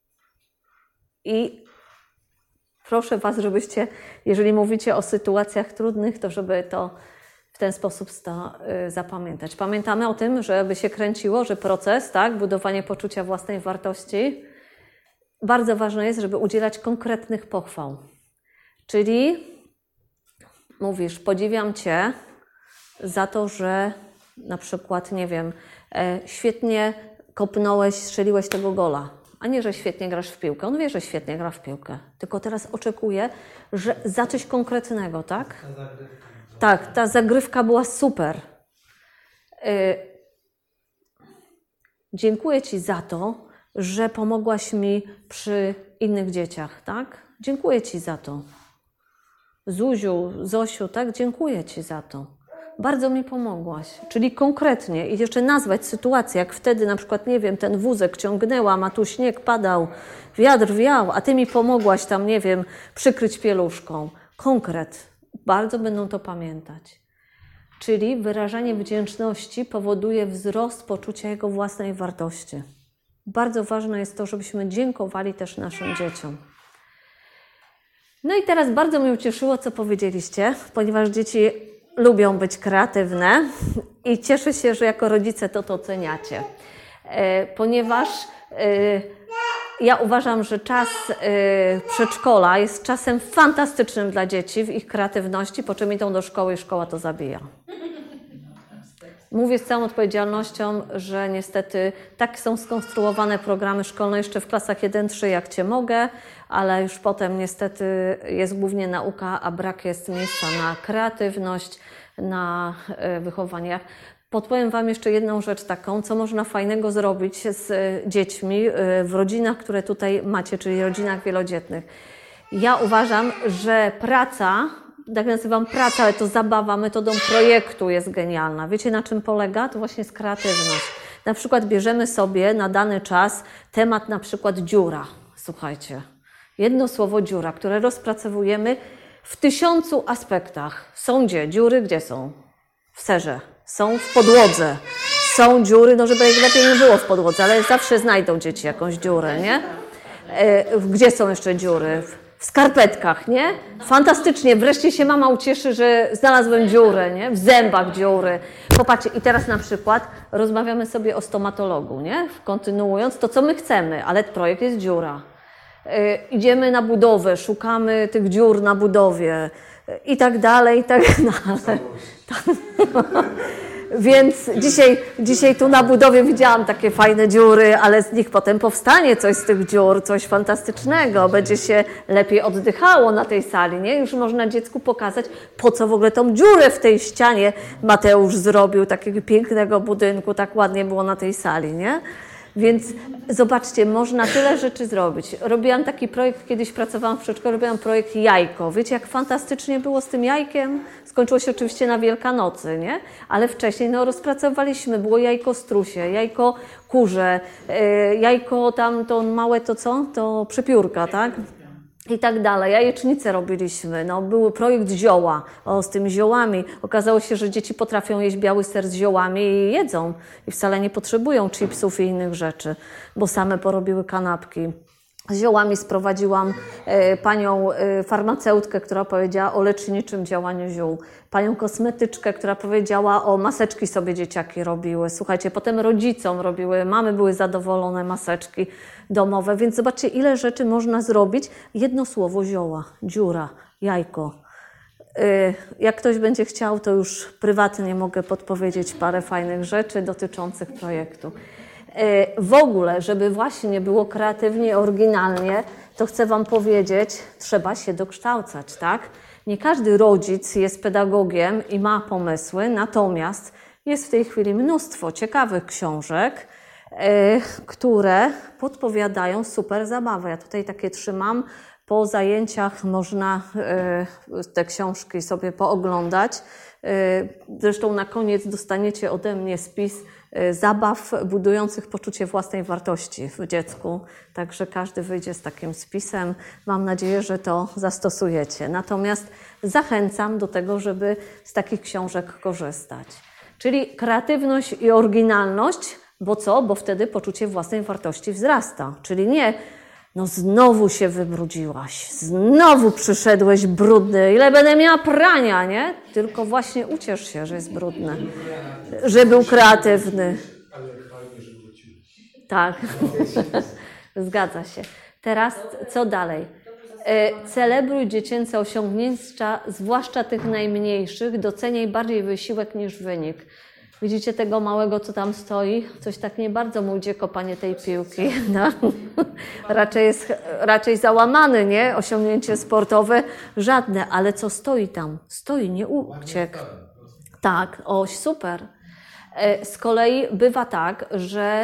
Speaker 3: I proszę Was, żebyście, jeżeli mówicie o sytuacjach trudnych, to żeby to w ten sposób zapamiętać. Pamiętamy o tym, żeby się kręciło, że proces, tak, budowanie poczucia własnej wartości, bardzo ważne jest, żeby udzielać konkretnych pochwał. Czyli mówisz, podziwiam Cię za to, że na przykład, nie wiem, świetnie kopnąłeś, strzeliłeś tego gola, a nie, że świetnie grasz w piłkę. On wie, że świetnie gra w piłkę, tylko teraz oczekuje, że za coś konkretnego, tak? Tak, ta zagrywka była super. Dziękuję Ci za to, że pomogłaś mi przy innych dzieciach, tak? Dziękuję Ci za to. Zuziu, Zosiu, tak? Dziękuję Ci za to. Bardzo mi pomogłaś. Czyli konkretnie i jeszcze nazwać sytuację, jak wtedy na przykład, nie wiem, ten wózek ciągnęłam, a tu śnieg padał, wiatr wiał, a Ty mi pomogłaś tam, nie wiem, przykryć pieluszką. Konkret. Bardzo będą to pamiętać. Czyli wyrażanie wdzięczności powoduje wzrost poczucia jego własnej wartości. Bardzo ważne jest to, żebyśmy dziękowali też naszym dzieciom. No i teraz bardzo mnie ucieszyło, co powiedzieliście, ponieważ dzieci lubią być kreatywne i cieszę się, że jako rodzice to oceniacie. Ponieważ ja uważam, że czas przedszkola jest czasem fantastycznym dla dzieci w ich kreatywności, po czym idą do szkoły i szkoła to zabija. Mówię z całą odpowiedzialnością, że niestety tak są skonstruowane programy szkolne jeszcze w klasach 1-3, jak Cię mogę, ale już potem niestety jest głównie nauka, a brak jest miejsca na kreatywność, na wychowanie. Podpowiem Wam jeszcze jedną rzecz taką, co można fajnego zrobić z dziećmi w rodzinach, które tutaj macie, czyli rodzinach wielodzietnych. Ja uważam, że praca, tak nazywam pracę, ale to zabawa metodą projektu jest genialna. Wiecie, na czym polega? To właśnie jest kreatywność. Na przykład bierzemy sobie na dany czas temat na przykład dziura. Słuchajcie, jedno słowo dziura, które rozpracowujemy w 1000 aspektach. Są gdzie? Dziury gdzie są? W serze. Są w podłodze. Są dziury, no żeby lepiej nie było w podłodze, ale zawsze znajdą dzieci jakąś dziurę, nie? Gdzie są jeszcze dziury? W skarpetkach, nie? Fantastycznie. Wreszcie się mama ucieszy, że znalazłem dziurę, nie? W zębach dziury. Popatrzcie, i teraz na przykład rozmawiamy sobie o stomatologu, nie? Kontynuując to, co my chcemy, ale projekt jest dziura. Idziemy na budowę, szukamy tych dziur na budowie i tak dalej, i tak dalej. Więc dzisiaj tu na budowie widziałam takie fajne dziury, ale z nich potem powstanie coś z tych dziur, coś fantastycznego. Będzie się lepiej oddychało na tej sali, nie? Już można dziecku pokazać, po co w ogóle tą dziurę w tej ścianie Mateusz zrobił, takiego pięknego budynku, tak ładnie było na tej sali, nie? Więc zobaczcie, można tyle rzeczy zrobić. Robiłam taki projekt, kiedyś pracowałam w przedszkolu, robiłam projekt jajko. Wiecie, jak fantastycznie było z tym jajkiem? Skończyło się oczywiście na Wielkanocy, nie? Ale wcześniej rozpracowaliśmy, było jajko strusie, jajko kurze, jajko tam to małe to co? To przypiórka, tak? I tak dalej. Jajecznicę robiliśmy. No, był projekt zioła. Z tymi ziołami. Okazało się, że dzieci potrafią jeść biały ser z ziołami i jedzą. I wcale nie potrzebują chipsów i innych rzeczy, bo same porobiły kanapki. Z ziołami sprowadziłam panią farmaceutkę, która powiedziała o leczniczym działaniu ziół. Panią kosmetyczkę, która powiedziała o maseczki sobie dzieciaki robiły. Słuchajcie, potem rodzicom robiły, mamy były zadowolone, maseczki domowe. Więc zobaczcie, ile rzeczy można zrobić. Jedno słowo zioła, dziura, jajko. Jak ktoś będzie chciał, to już prywatnie mogę podpowiedzieć parę fajnych rzeczy dotyczących projektu. W ogóle, żeby właśnie było kreatywnie, oryginalnie, to chcę Wam powiedzieć, trzeba się dokształcać, tak? Nie każdy rodzic jest pedagogiem i ma pomysły, natomiast jest w tej chwili mnóstwo ciekawych książek, które podpowiadają super zabawę. Ja tutaj takie trzymam. Po zajęciach można te książki sobie pooglądać. Zresztą na koniec dostaniecie ode mnie spis zabaw budujących poczucie własnej wartości w dziecku. Także każdy wyjdzie z takim spisem. Mam nadzieję, że to zastosujecie. Natomiast zachęcam do tego, żeby z takich książek korzystać. Czyli kreatywność i oryginalność, bo co? Bo wtedy poczucie własnej wartości wzrasta. Czyli nie, no znowu się wybrudziłaś, znowu przyszedłeś brudny, ile będę miała prania, nie? Tylko właśnie uciesz się, że jest brudny, że był kreatywny.
Speaker 12: Ale fajnie, że wróciłeś.
Speaker 3: Tak, zgadza się. Teraz co dalej? Celebruj dziecięce osiągnięcia, zwłaszcza tych najmniejszych, doceniaj bardziej wysiłek niż wynik. Widzicie tego małego, co tam stoi? Coś tak nie bardzo mu idzie kopanie tej piłki. No. Raczej załamany, nie? Osiągnięcie sportowe żadne, ale co stoi tam? Stoi, nie uciekł. Tak, super. Z kolei bywa tak, że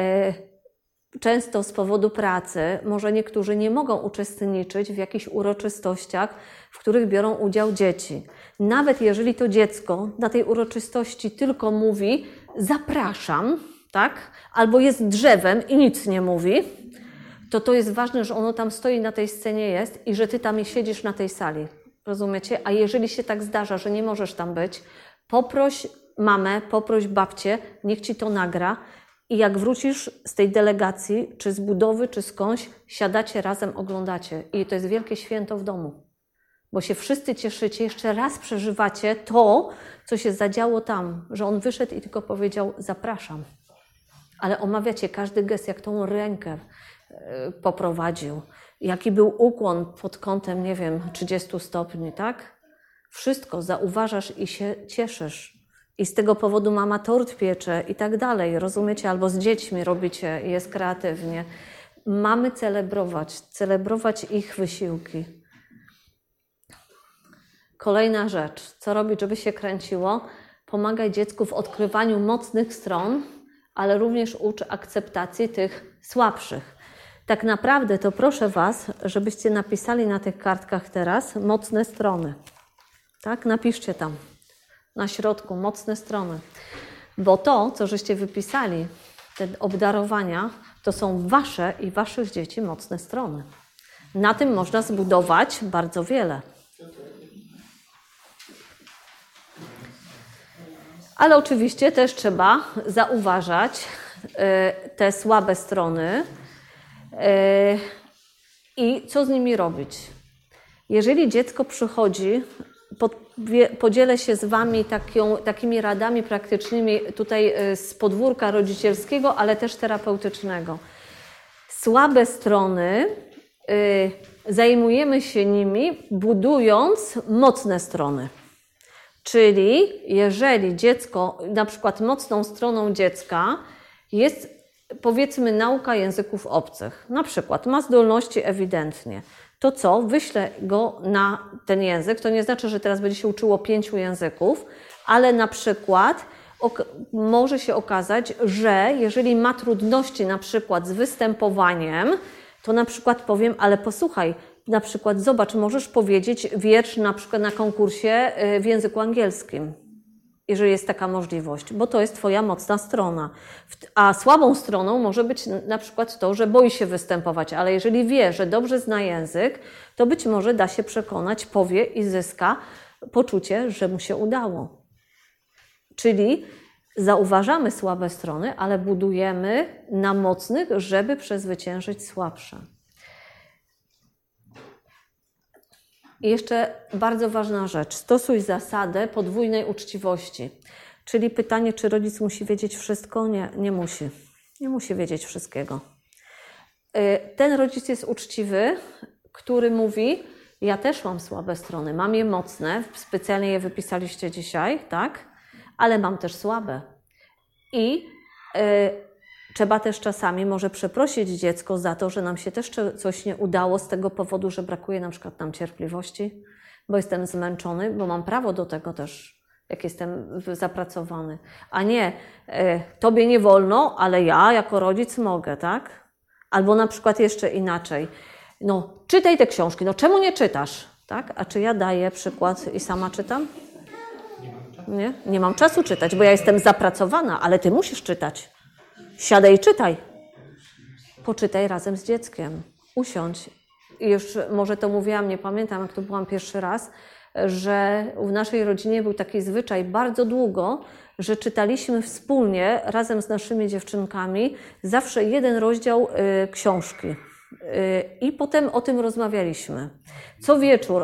Speaker 3: często z powodu pracy może niektórzy nie mogą uczestniczyć w jakichś uroczystościach, w których biorą udział dzieci. Nawet jeżeli to dziecko na tej uroczystości tylko mówi zapraszam, tak? Albo jest drzewem i nic nie mówi, to jest ważne, że ono tam stoi, na tej scenie jest i że ty tam siedzisz na tej sali. Rozumiecie? A jeżeli się tak zdarza, że nie możesz tam być, poproś mamę, poproś babcię, niech ci to nagra. I jak wrócisz z tej delegacji, czy z budowy, czy skądś, siadacie razem, oglądacie. I to jest wielkie święto w domu. Bo się wszyscy cieszycie, jeszcze raz przeżywacie to, co się zadziało tam. Że on wyszedł i tylko powiedział zapraszam. Ale omawiacie każdy gest, jak tą rękę poprowadził. Jaki był ukłon pod kątem, nie wiem, 30 stopni, tak? Wszystko zauważasz i się cieszysz. I z tego powodu mama tort piecze i tak dalej, rozumiecie? Albo z dziećmi robicie i jest kreatywnie. Mamy celebrować ich wysiłki. Kolejna rzecz. Co robić, żeby się kręciło? Pomagaj dziecku w odkrywaniu mocnych stron, ale również ucz akceptacji tych słabszych. Tak naprawdę to proszę Was, żebyście napisali na tych kartkach teraz mocne strony. Tak? Napiszcie tam. Na środku mocne strony. Bo to, co żeście wypisali, te obdarowania, to są Wasze i Waszych dzieci mocne strony. Na tym można zbudować bardzo wiele. Ale oczywiście też trzeba zauważać te słabe strony i co z nimi robić. Jeżeli dziecko przychodzi, podzielę się z Wami takimi radami praktycznymi tutaj z podwórka rodzicielskiego, ale też terapeutycznego. Słabe strony, zajmujemy się nimi, budując mocne strony. Czyli jeżeli dziecko, na przykład mocną stroną dziecka jest, powiedzmy, nauka języków obcych, na przykład ma zdolności ewidentnie, to co? Wyślę go na ten język. To nie znaczy, że teraz będzie się uczyło 5 języków, ale na przykład może się okazać, że jeżeli ma trudności na przykład z występowaniem, to na przykład powiem, ale posłuchaj, na przykład zobacz, możesz powiedzieć wiersz na przykład na konkursie w języku angielskim, jeżeli jest taka możliwość, bo to jest Twoja mocna strona. A słabą stroną może być na przykład to, że boi się występować, ale jeżeli wie, że dobrze zna język, to być może da się przekonać, powie i zyska poczucie, że mu się udało. Czyli zauważamy słabe strony, ale budujemy na mocnych, żeby przezwyciężyć słabsze. I jeszcze bardzo ważna rzecz. Stosuj zasadę podwójnej uczciwości. Czyli pytanie, czy rodzic musi wiedzieć wszystko? Nie, nie musi. Nie musi wiedzieć wszystkiego. Ten rodzic jest uczciwy, który mówi, Ja też mam słabe strony. Mam je mocne, specjalnie je wypisaliście dzisiaj, tak? Ale mam też słabe. I trzeba też czasami może przeprosić dziecko za to, że nam się też coś nie udało z tego powodu, że brakuje na przykład nam cierpliwości, bo jestem zmęczony, bo mam prawo do tego też, jak jestem zapracowany. A nie, tobie nie wolno, ale ja jako rodzic mogę, tak? Albo na przykład jeszcze inaczej. No, czytaj te książki, no czemu nie czytasz? Tak? A czy ja daję przykład i sama czytam? Nie? Nie mam czasu czytać, bo ja jestem zapracowana, ale ty musisz czytać. Siadaj i czytaj. Poczytaj razem z dzieckiem. Usiądź. I już może to mówiłam, nie pamiętam, jak to byłam pierwszy raz, że w naszej rodzinie był taki zwyczaj bardzo długo, że czytaliśmy wspólnie razem z naszymi dziewczynkami zawsze jeden rozdział książki. I potem o tym rozmawialiśmy. Co wieczór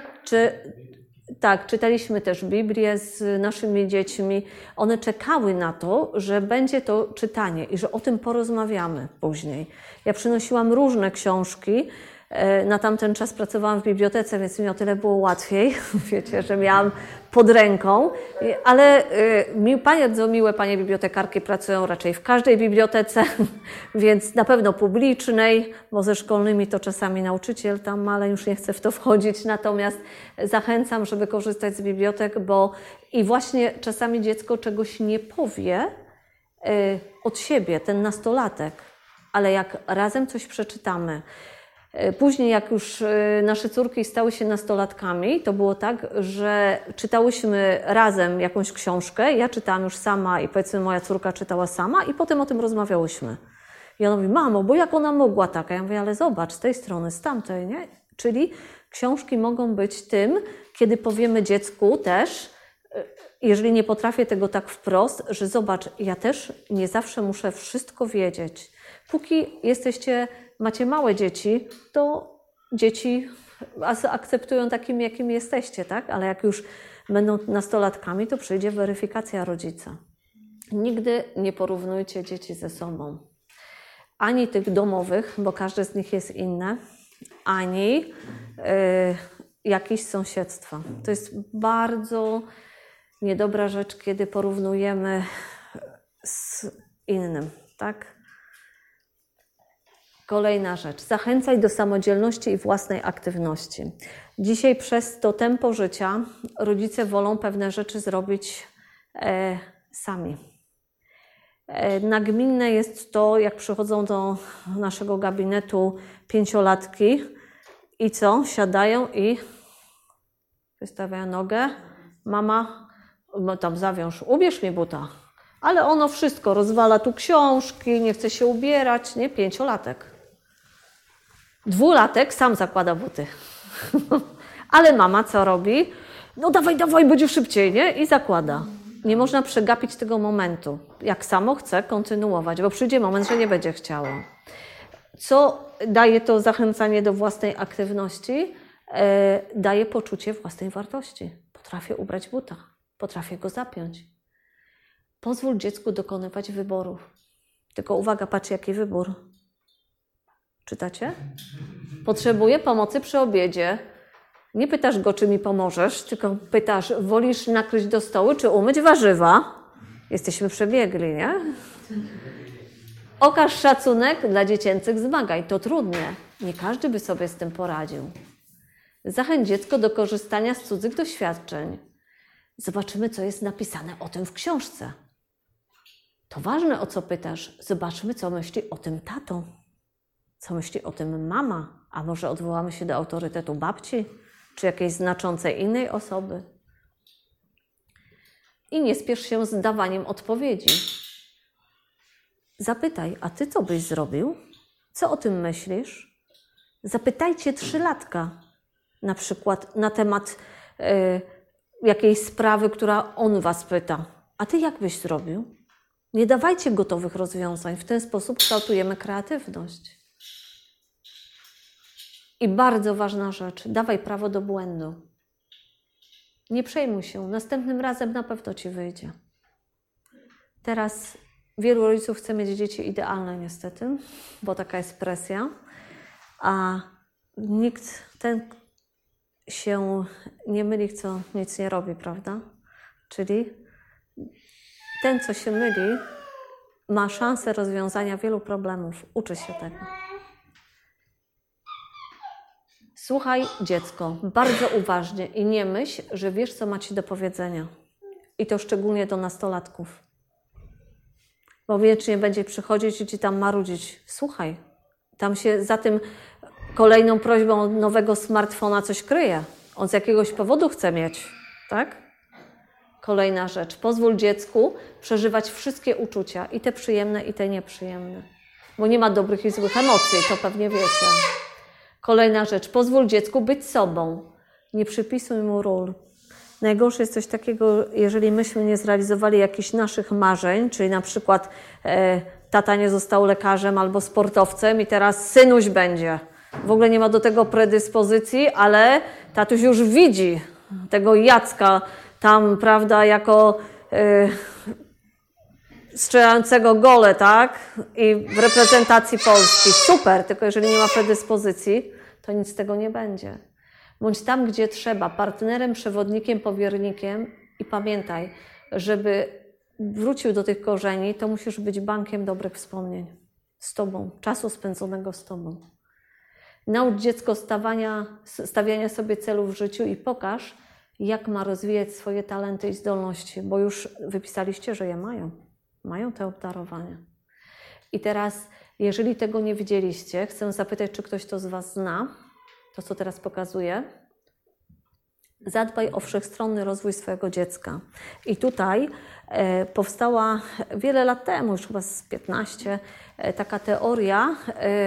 Speaker 3: czytaliśmy też Biblię z naszymi dziećmi. One czekały na to, że będzie to czytanie i że o tym porozmawiamy później. Ja przynosiłam różne książki. Na tamten czas pracowałam w bibliotece, więc mi o tyle było łatwiej. Wiecie, że miałam pod ręką. Ale bardzo miłe panie bibliotekarki pracują raczej w każdej bibliotece, więc na pewno publicznej, bo ze szkolnymi to czasami nauczyciel tam ma, ale już nie chcę w to wchodzić. Natomiast zachęcam, żeby korzystać z bibliotek, bo i właśnie czasami dziecko czegoś nie powie od siebie, ten nastolatek, ale jak razem coś przeczytamy. Później, jak już nasze córki stały się nastolatkami, to było tak, że czytałyśmy razem jakąś książkę. Ja czytałam już sama i powiedzmy moja córka czytała sama i potem o tym rozmawiałyśmy. I ona mówi, mamo, bo jak ona mogła tak? A ja mówię, ale zobacz, z tej strony, z tamtej, nie? Czyli książki mogą być tym, kiedy powiemy dziecku też, jeżeli nie potrafię tego tak wprost, że zobacz, ja też nie zawsze muszę wszystko wiedzieć. Póki macie małe dzieci, to dzieci akceptują takimi, jakimi jesteście, tak? Ale jak już będą nastolatkami, to przyjdzie weryfikacja rodzica. Nigdy nie porównujcie dzieci ze sobą. Ani tych domowych, bo każde z nich jest inne, ani jakieś sąsiedztwa. To jest bardzo niedobra rzecz, kiedy porównujemy z innym, tak? Kolejna rzecz. Zachęcaj do samodzielności i własnej aktywności. Dzisiaj przez to tempo życia rodzice wolą pewne rzeczy zrobić sami. Nagminne jest to, jak przychodzą do naszego gabinetu 5-latki i co? Siadają i wystawiają nogę. Mama, tam zawiąż, ubierz mi buta. Ale ono wszystko rozwala tu książki, nie chce się ubierać, nie? 5-latek. 2-latek sam zakłada buty. Ale mama co robi? No dawaj, będzie szybciej, nie? I zakłada. Nie można przegapić tego momentu. Jak samo chce kontynuować, bo przyjdzie moment, że nie będzie chciało. Co daje to zachęcanie do własnej aktywności? Daje poczucie własnej wartości. Potrafię ubrać buta, potrafię go zapiąć. Pozwól dziecku dokonywać wyborów. Tylko uwaga, patrz jaki wybór. Czytacie? Potrzebuję pomocy przy obiedzie. Nie pytasz go, czy mi pomożesz, tylko pytasz, wolisz nakryć do stołu, czy umyć warzywa? Jesteśmy przebiegli, nie? Okaż szacunek dla dziecięcych zmagań. To trudne. Nie każdy by sobie z tym poradził. Zachęć dziecko do korzystania z cudzych doświadczeń. Zobaczymy, co jest napisane o tym w książce. To ważne, o co pytasz. Zobaczmy, co myśli o tym tato. Co myśli o tym mama? A może odwołamy się do autorytetu babci? Czy jakiejś znaczącej innej osoby? I nie spiesz się z dawaniem odpowiedzi. Zapytaj, a ty co byś zrobił? Co o tym myślisz? Zapytajcie 3-latka na przykład na temat jakiejś sprawy, która on was pyta. A ty jak byś zrobił? Nie dawajcie gotowych rozwiązań. W ten sposób kształtujemy kreatywność. I bardzo ważna rzecz. Dawaj prawo do błędu. Nie przejmuj się. Następnym razem na pewno ci wyjdzie. Teraz wielu rodziców chce mieć dzieci idealne niestety, bo taka jest presja. A nikt, się nie myli, co nic nie robi, prawda? Czyli ten, co się myli, ma szansę rozwiązania wielu problemów. Uczy się tego. Słuchaj, dziecko, bardzo uważnie i nie myśl, że wiesz, co ma ci do powiedzenia. I to szczególnie do nastolatków. Bo wiecznie będzie przychodzić i ci tam marudzić. Słuchaj, tam się za tym kolejną prośbą nowego smartfona coś kryje. On z jakiegoś powodu chce mieć, tak? Kolejna rzecz. Pozwól dziecku przeżywać wszystkie uczucia, i te przyjemne, i te nieprzyjemne. Bo nie ma dobrych i złych emocji, to pewnie wiecie. Kolejna rzecz. Pozwól dziecku być sobą. Nie przypisuj mu ról. Najgorsze jest coś takiego, jeżeli myśmy nie zrealizowali jakichś naszych marzeń, czyli na przykład tata nie został lekarzem albo sportowcem i teraz synuś będzie. W ogóle nie ma do tego predyspozycji, ale tatuś już widzi tego Jacka tam, prawda, jako strzelającego gole, tak? I w reprezentacji Polski. Super, tylko jeżeli nie ma predyspozycji, to nic z tego nie będzie. Bądź tam, gdzie trzeba, partnerem, przewodnikiem, powiernikiem i pamiętaj, żeby wrócił do tych korzeni, to musisz być bankiem dobrych wspomnień z tobą, czasu spędzonego z tobą. Naucz dziecko stawiania sobie celów w życiu i pokaż, jak ma rozwijać swoje talenty i zdolności, bo już wypisaliście, że je mają. Mają te obdarowania. I teraz, jeżeli tego nie widzieliście, chcę zapytać, czy ktoś to z was zna, to co teraz pokazuję. Zadbaj o wszechstronny rozwój swojego dziecka. I tutaj powstała wiele lat temu, już chyba z 15, taka teoria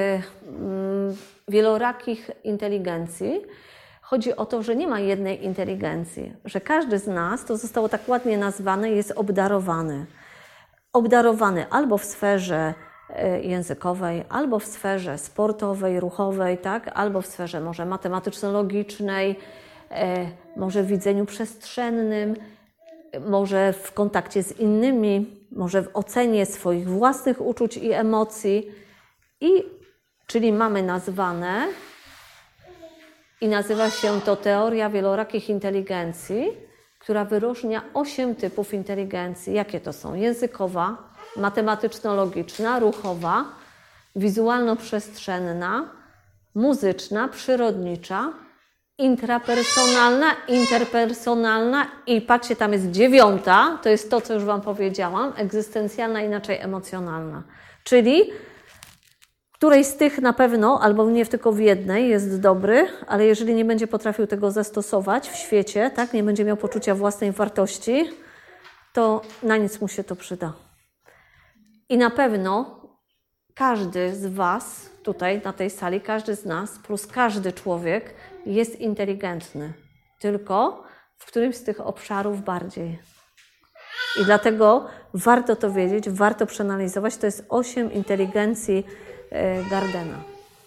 Speaker 3: wielorakich inteligencji. Chodzi o to, że nie ma jednej inteligencji, że każdy z nas, to zostało tak ładnie nazwane, jest obdarowany. Obdarowany albo w sferze językowej, albo w sferze sportowej, ruchowej, tak? Albo w sferze może matematyczno-logicznej, może w widzeniu przestrzennym, może w kontakcie z innymi, może w ocenie swoich własnych uczuć i emocji. Czyli mamy nazwane i nazywa się to teoria wielorakich inteligencji, która wyróżnia 8 typów inteligencji. Jakie to są? Językowa, matematyczno-logiczna, ruchowa, wizualno-przestrzenna, muzyczna, przyrodnicza, intrapersonalna, interpersonalna i patrzcie, tam jest 9, to jest to, co już wam powiedziałam, egzystencjalna, inaczej emocjonalna. Czyli którejś z tych na pewno, albo nie tylko w jednej jest dobry, ale jeżeli nie będzie potrafił tego zastosować w świecie, tak, nie będzie miał poczucia własnej wartości, to na nic mu się to przyda. I na pewno każdy z was tutaj na tej sali, każdy z nas plus każdy człowiek jest inteligentny. Tylko w którymś z tych obszarów bardziej. I dlatego warto to wiedzieć, warto przeanalizować. To jest 8 inteligencji Gardena.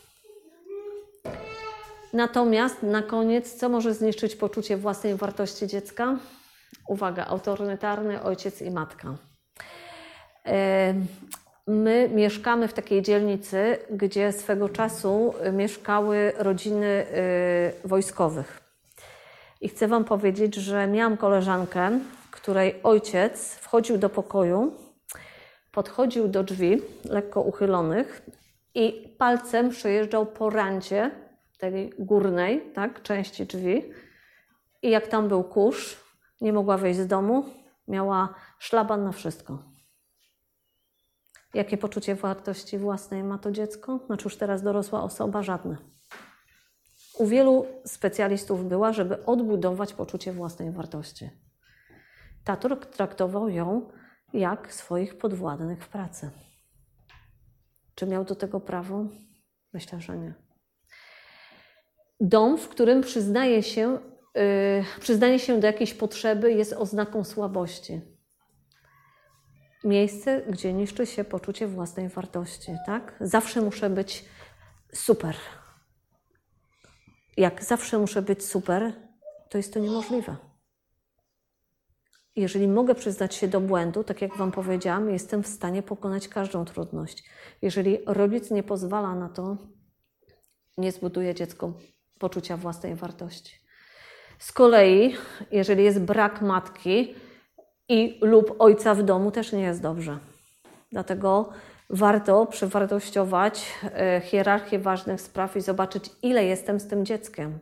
Speaker 3: Natomiast na koniec, co może zniszczyć poczucie własnej wartości dziecka? Uwaga, autorytarny ojciec i matka. My mieszkamy w takiej dzielnicy, gdzie swego czasu mieszkały rodziny wojskowych. I chcę wam powiedzieć, że miałam koleżankę, której ojciec wchodził do pokoju, podchodził do drzwi lekko uchylonych i palcem przejeżdżał po randzie tej górnej, tak, części drzwi. I jak tam był kurz, nie mogła wyjść z domu, miała szlaban na wszystko. Jakie poczucie wartości własnej ma to dziecko? Znaczy już teraz dorosła osoba? Żadne. U wielu specjalistów była, żeby odbudować poczucie własnej wartości. Tato traktował ją jak swoich podwładnych w pracy. Czy miał do tego prawo? Myślę, że nie. Dom, w którym przyznanie się do jakiejś potrzeby jest oznaką słabości. Miejsce, gdzie niszczy się poczucie własnej wartości, tak? Zawsze muszę być super. Jak zawsze muszę być super, to jest to niemożliwe. Jeżeli mogę przyznać się do błędu, tak jak wam powiedziałam, jestem w stanie pokonać każdą trudność. Jeżeli rodzic nie pozwala na to, nie zbuduje dziecko poczucia własnej wartości. Z kolei, jeżeli jest brak matki lub ojca w domu, też nie jest dobrze. Dlatego warto przewartościować hierarchię ważnych spraw i zobaczyć, ile jestem z tym dzieckiem.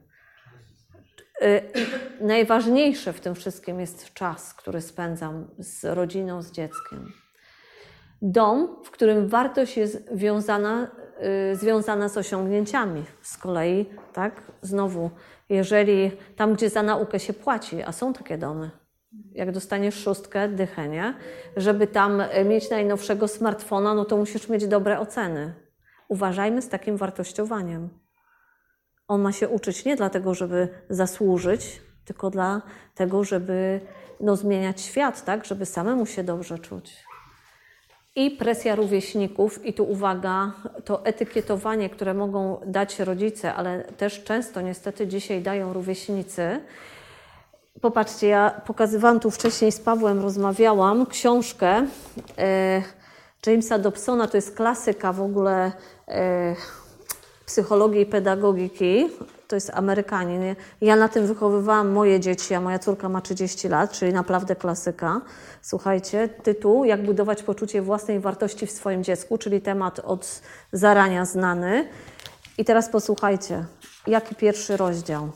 Speaker 3: Najważniejsze w tym wszystkim jest czas, który spędzam z rodziną, z dzieckiem. Dom, w którym wartość jest związana z osiągnięciami. Z kolei, tak, znowu, jeżeli tam, gdzie za naukę się płaci, a są takie domy, jak dostaniesz 6, dychę, nie? Żeby tam mieć najnowszego smartfona, no to musisz mieć dobre oceny. Uważajmy z takim wartościowaniem. On ma się uczyć nie dlatego, żeby zasłużyć, tylko dlatego, żeby zmieniać świat, tak? Żeby samemu się dobrze czuć. I presja rówieśników, i tu uwaga, to etykietowanie, które mogą dać rodzice, ale też często niestety dzisiaj dają rówieśnicy. Popatrzcie, ja pokazywałam tu wcześniej z Pawłem, rozmawiałam, książkę Jamesa Dobsona, to jest klasyka w ogóle psychologii i pedagogiki, to jest Amerykanin. Ja na tym wychowywałam moje dzieci, a moja córka ma 30 lat, czyli naprawdę klasyka. Słuchajcie, tytuł Jak budować poczucie własnej wartości w swoim dziecku, czyli temat od zarania znany. I teraz posłuchajcie, jaki pierwszy rozdział?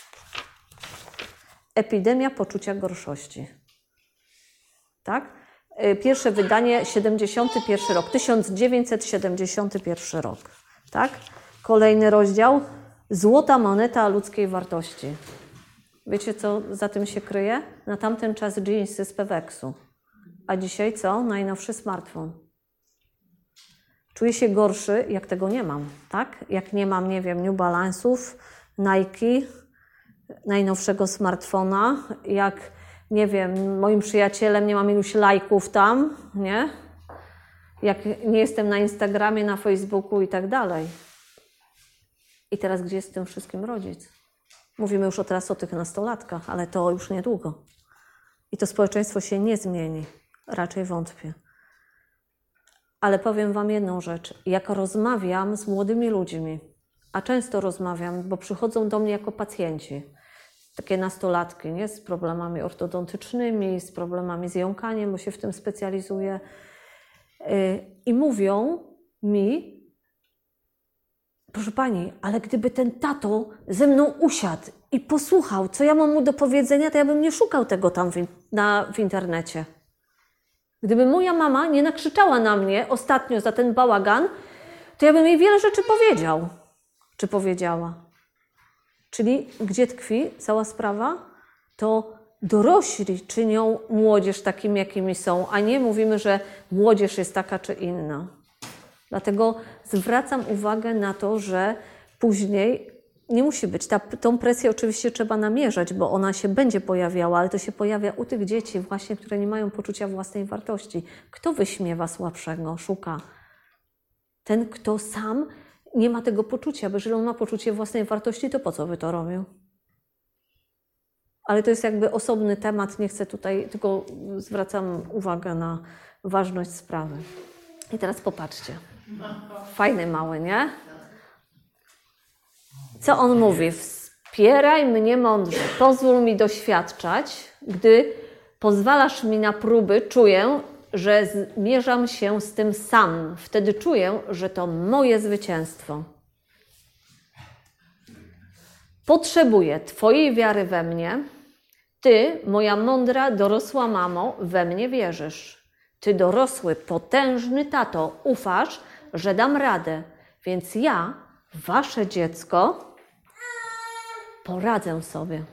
Speaker 3: Epidemia poczucia gorszości. Tak? Pierwsze wydanie, 71 rok, 1971 rok. Tak? Kolejny rozdział, złota moneta ludzkiej wartości. Wiecie, co za tym się kryje? Na tamten czas dżinsy z Peweksu. A dzisiaj co? Najnowszy smartfon. Czuję się gorszy, jak tego nie mam. Tak? Jak nie mam, nie wiem, New Balance'ów, Nike, najnowszego smartfona, jak, nie wiem, moim przyjacielem nie mam iluś lajków tam, nie? Jak nie jestem na Instagramie, na Facebooku i tak dalej. I teraz gdzie jest w tym wszystkim rodzic? Mówimy już teraz o tych nastolatkach, ale to już niedługo. I to społeczeństwo się nie zmieni. Raczej wątpię. Ale powiem wam jedną rzecz. Jak rozmawiam z młodymi ludźmi, a często rozmawiam, bo przychodzą do mnie jako pacjenci, takie nastolatki, nie? Z problemami ortodontycznymi, z problemami z jąkaniem, bo się w tym specjalizuję. I mówią mi, proszę pani, ale gdyby ten tato ze mną usiadł i posłuchał, co ja mam mu do powiedzenia, to ja bym nie szukał tego tam w internecie. Gdyby moja mama nie nakrzyczała na mnie ostatnio za ten bałagan, to ja bym jej wiele rzeczy powiedział. Czy powiedziała. Czyli gdzie tkwi cała sprawa? To dorośli czynią młodzież takim, jakimi są, a nie mówimy, że młodzież jest taka czy inna. Dlatego zwracam uwagę na to, że później nie musi być. Tą presję oczywiście trzeba namierzać, bo ona się będzie pojawiała, ale to się pojawia u tych dzieci właśnie, które nie mają poczucia własnej wartości. Kto wyśmiewa słabszego, szuka? Ten, kto sam nie ma tego poczucia, bo jeżeli on ma poczucie własnej wartości, to po co by to robił? Ale to jest jakby osobny temat, nie chcę tutaj, tylko zwracam uwagę na ważność sprawy. I teraz popatrzcie. Fajny mały, nie? Co on mówi? Wspieraj mnie mądrze, pozwól mi doświadczać. Gdy pozwalasz mi na próby, czuję, że zmierzam się z tym sam. Wtedy czuję, że to moje zwycięstwo. Potrzebuję Twojej wiary we mnie. Ty, moja mądra, dorosła mamo, we mnie wierzysz. Ty, dorosły, potężny tato, ufasz, że dam radę. Więc ja, wasze dziecko, poradzę sobie.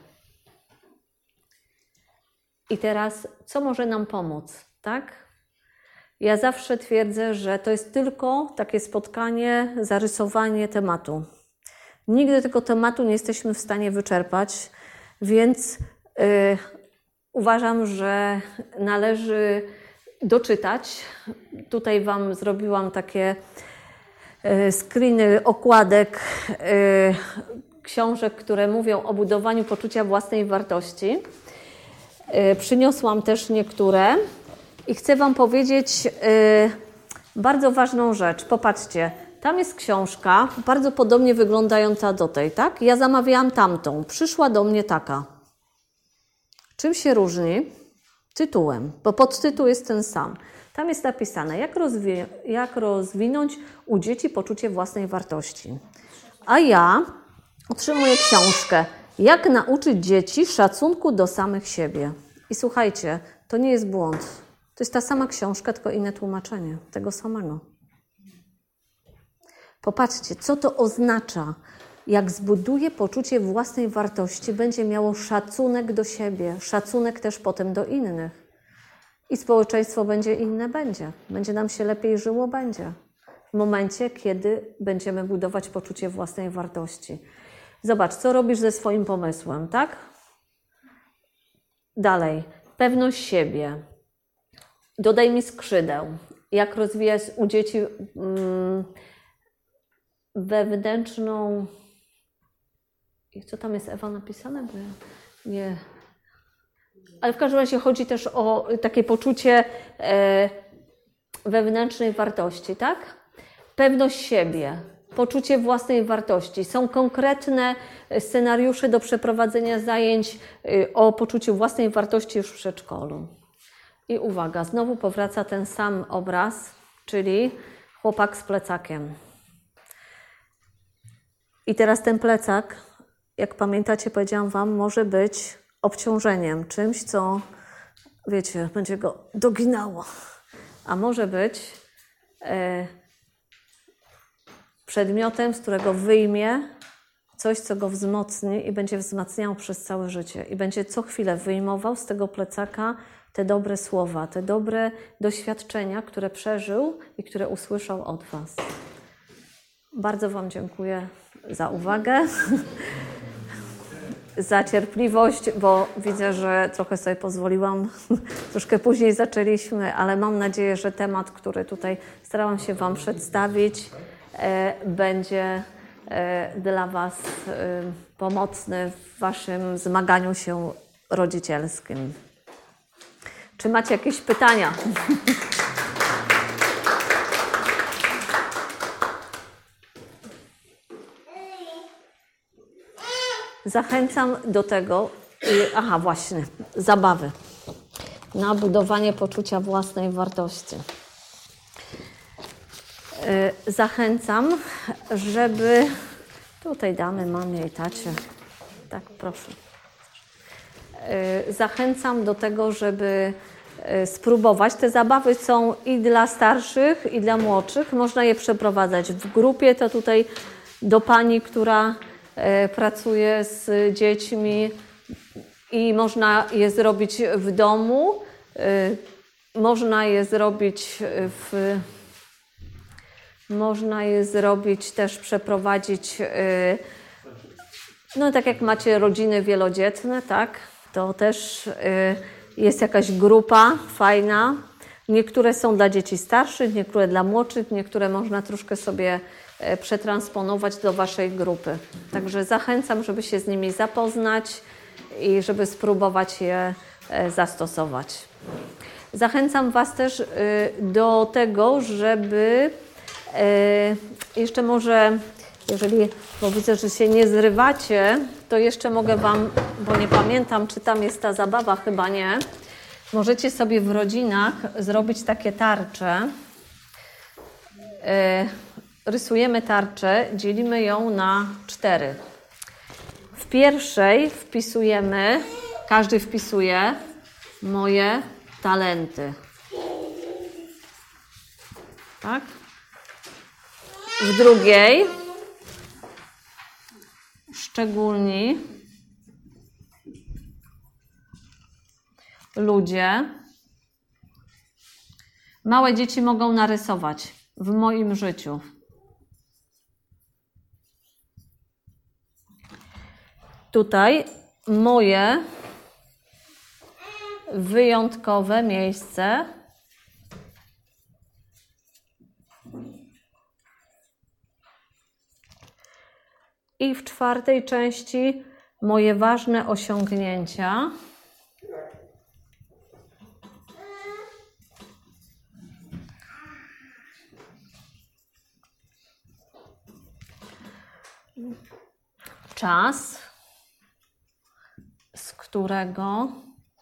Speaker 3: I teraz, co może nam pomóc, tak? Ja zawsze twierdzę, że to jest tylko takie spotkanie, zarysowanie tematu. Nigdy tego tematu nie jesteśmy w stanie wyczerpać, więc uważam, że należy doczytać. Tutaj wam zrobiłam takie screeny okładek książek, które mówią o budowaniu poczucia własnej wartości. Przyniosłam też niektóre i chcę wam powiedzieć bardzo ważną rzecz. Popatrzcie, tam jest książka bardzo podobnie wyglądająca do tej, tak? Ja zamawiałam tamtą, przyszła do mnie taka. Czym się różni? Tytułem, bo podtytuł jest ten sam. Tam jest napisane, jak rozwinąć u dzieci poczucie własnej wartości. A ja otrzymuję książkę, jak nauczyć dzieci szacunku do samych siebie. I słuchajcie, to nie jest błąd. To jest ta sama książka, tylko inne tłumaczenie tego samego. Popatrzcie, co to oznacza. Jak zbuduje poczucie własnej wartości, będzie miało szacunek do siebie, szacunek też potem do innych. I społeczeństwo będzie inne, będzie nam się lepiej żyło, będzie. W momencie, kiedy będziemy budować poczucie własnej wartości. Zobacz, co robisz ze swoim pomysłem, tak? Dalej, pewność siebie. Dodaj mi skrzydeł. Jak rozwijać u dzieci wewnętrzną... Co tam jest, Ewa, napisane? Bo ja nie... Ale w każdym razie chodzi też o takie poczucie wewnętrznej wartości, tak? Pewność siebie, poczucie własnej wartości. Są konkretne scenariusze do przeprowadzenia zajęć o poczuciu własnej wartości już w przedszkolu. I uwaga, znowu powraca ten sam obraz, czyli chłopak z plecakiem. I teraz ten plecak, jak pamiętacie, powiedziałam Wam, może być obciążeniem, czymś, co, wiecie, będzie go doginało. A może być przedmiotem, z którego wyjmie coś, co go wzmocni i będzie wzmacniało przez całe życie. I będzie co chwilę wyjmował z tego plecaka te dobre słowa, te dobre doświadczenia, które przeżył i które usłyszał od Was. Bardzo Wam dziękuję za uwagę, za cierpliwość, bo widzę, że trochę sobie pozwoliłam, troszkę później zaczęliśmy, ale mam nadzieję, że temat, który tutaj starałam się Wam przedstawić, będzie dla Was pomocny w Waszym zmaganiu się rodzicielskim. Czy macie jakieś pytania? Zachęcam do tego, właśnie, zabawy na budowanie poczucia własnej wartości. Zachęcam, żeby... Tutaj damy mamie i tacie. Tak, proszę. Zachęcam do tego, żeby spróbować. Te zabawy są i dla starszych, i dla młodszych. Można je przeprowadzać w grupie. To tutaj do pani, która pracuje z dziećmi i można je zrobić w domu. Można je zrobić też przeprowadzić, no tak jak macie rodziny wielodzietne, tak, to też jest jakaś grupa fajna. Niektóre są dla dzieci starszych, niektóre dla młodszych, niektóre można troszkę sobie przetransponować do Waszej grupy. Także zachęcam, żeby się z nimi zapoznać i żeby spróbować je zastosować. Zachęcam Was też do tego, żeby jeszcze może, bo widzę, że się nie zrywacie, to jeszcze mogę Wam, bo nie pamiętam, czy tam jest ta zabawa, chyba nie. Możecie sobie w rodzinach zrobić takie tarcze. Rysujemy tarczę, dzielimy ją na 4. W pierwszej wpisujemy, każdy wpisuje moje talenty. Tak? W drugiej szczególni ludzie. Małe dzieci mogą narysować w moim życiu. Tutaj moje wyjątkowe miejsce. I w 4. części moje ważne osiągnięcia. Czas, z którego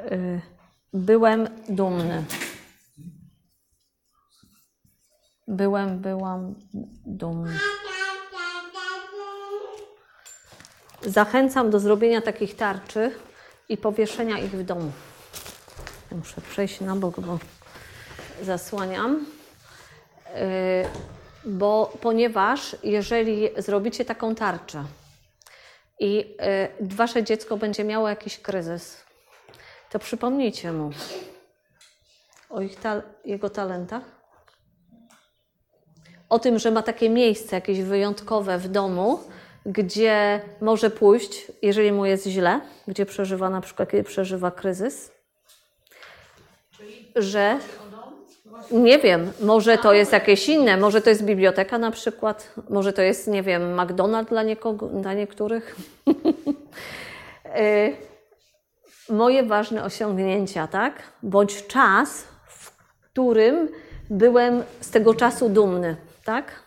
Speaker 3: byłem dumny. Byłam dumny. Zachęcam do zrobienia takich tarczy i powieszenia ich w domu. Muszę przejść na bok, bo zasłaniam. Ponieważ jeżeli zrobicie taką tarczę i wasze dziecko będzie miało jakiś kryzys, to przypomnijcie mu o jego talentach, o tym, że ma takie miejsce jakieś wyjątkowe w domu, gdzie może pójść, jeżeli mu jest źle, gdzie przeżywa na przykład, kiedy przeżywa kryzys, że nie wiem, może to jest jakieś inne, może to jest biblioteka na przykład, może to jest, nie wiem, McDonald's dla niektórych. Moje ważne osiągnięcia, tak? Bądź czas, w którym byłem z tego czasu dumny, tak?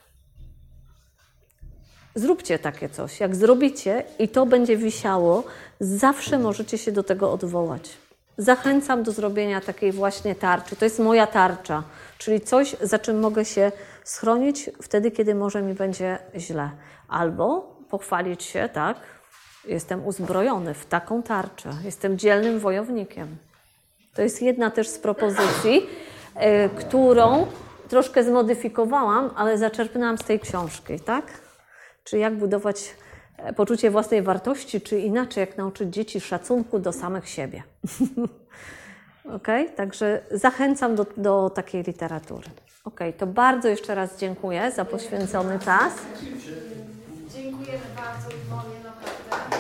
Speaker 3: Zróbcie takie coś. Jak zrobicie i to będzie wisiało, zawsze możecie się do tego odwołać. Zachęcam do zrobienia takiej właśnie tarczy. To jest moja tarcza, czyli coś, za czym mogę się schronić wtedy, kiedy może mi będzie źle. Albo pochwalić się, tak, jestem uzbrojony w taką tarczę, jestem dzielnym wojownikiem. To jest jedna też z propozycji, którą troszkę zmodyfikowałam, ale zaczerpnęłam z tej książki, tak? Czy jak budować poczucie własnej wartości, czy inaczej, jak nauczyć dzieci szacunku do samych siebie. Okay? Także zachęcam do takiej literatury. Okay, to bardzo jeszcze raz dziękuję za poświęcony czas.
Speaker 4: Dziękujemy bardzo Iwonie, naprawdę.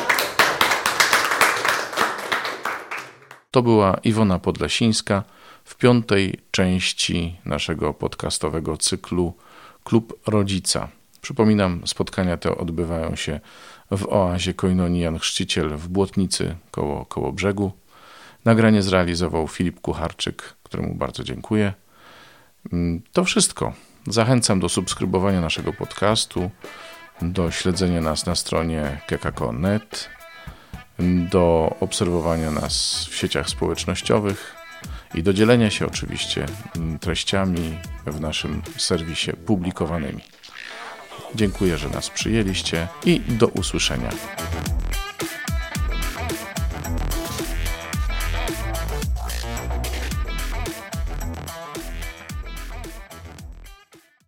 Speaker 1: To była Iwona Podlasińska w 5. części naszego podcastowego cyklu Klub Rodzica. Przypominam, spotkania te odbywają się w oazie Koinonii Jan Chrzciciel w Błotnicy koło brzegu. Nagranie zrealizował Filip Kucharczyk, któremu bardzo dziękuję. To wszystko. Zachęcam do subskrybowania naszego podcastu, do śledzenia nas na stronie kekako.net, do obserwowania nas w sieciach społecznościowych i do dzielenia się oczywiście treściami w naszym serwisie publikowanymi. Dziękuję, że nas przyjęliście i do usłyszenia.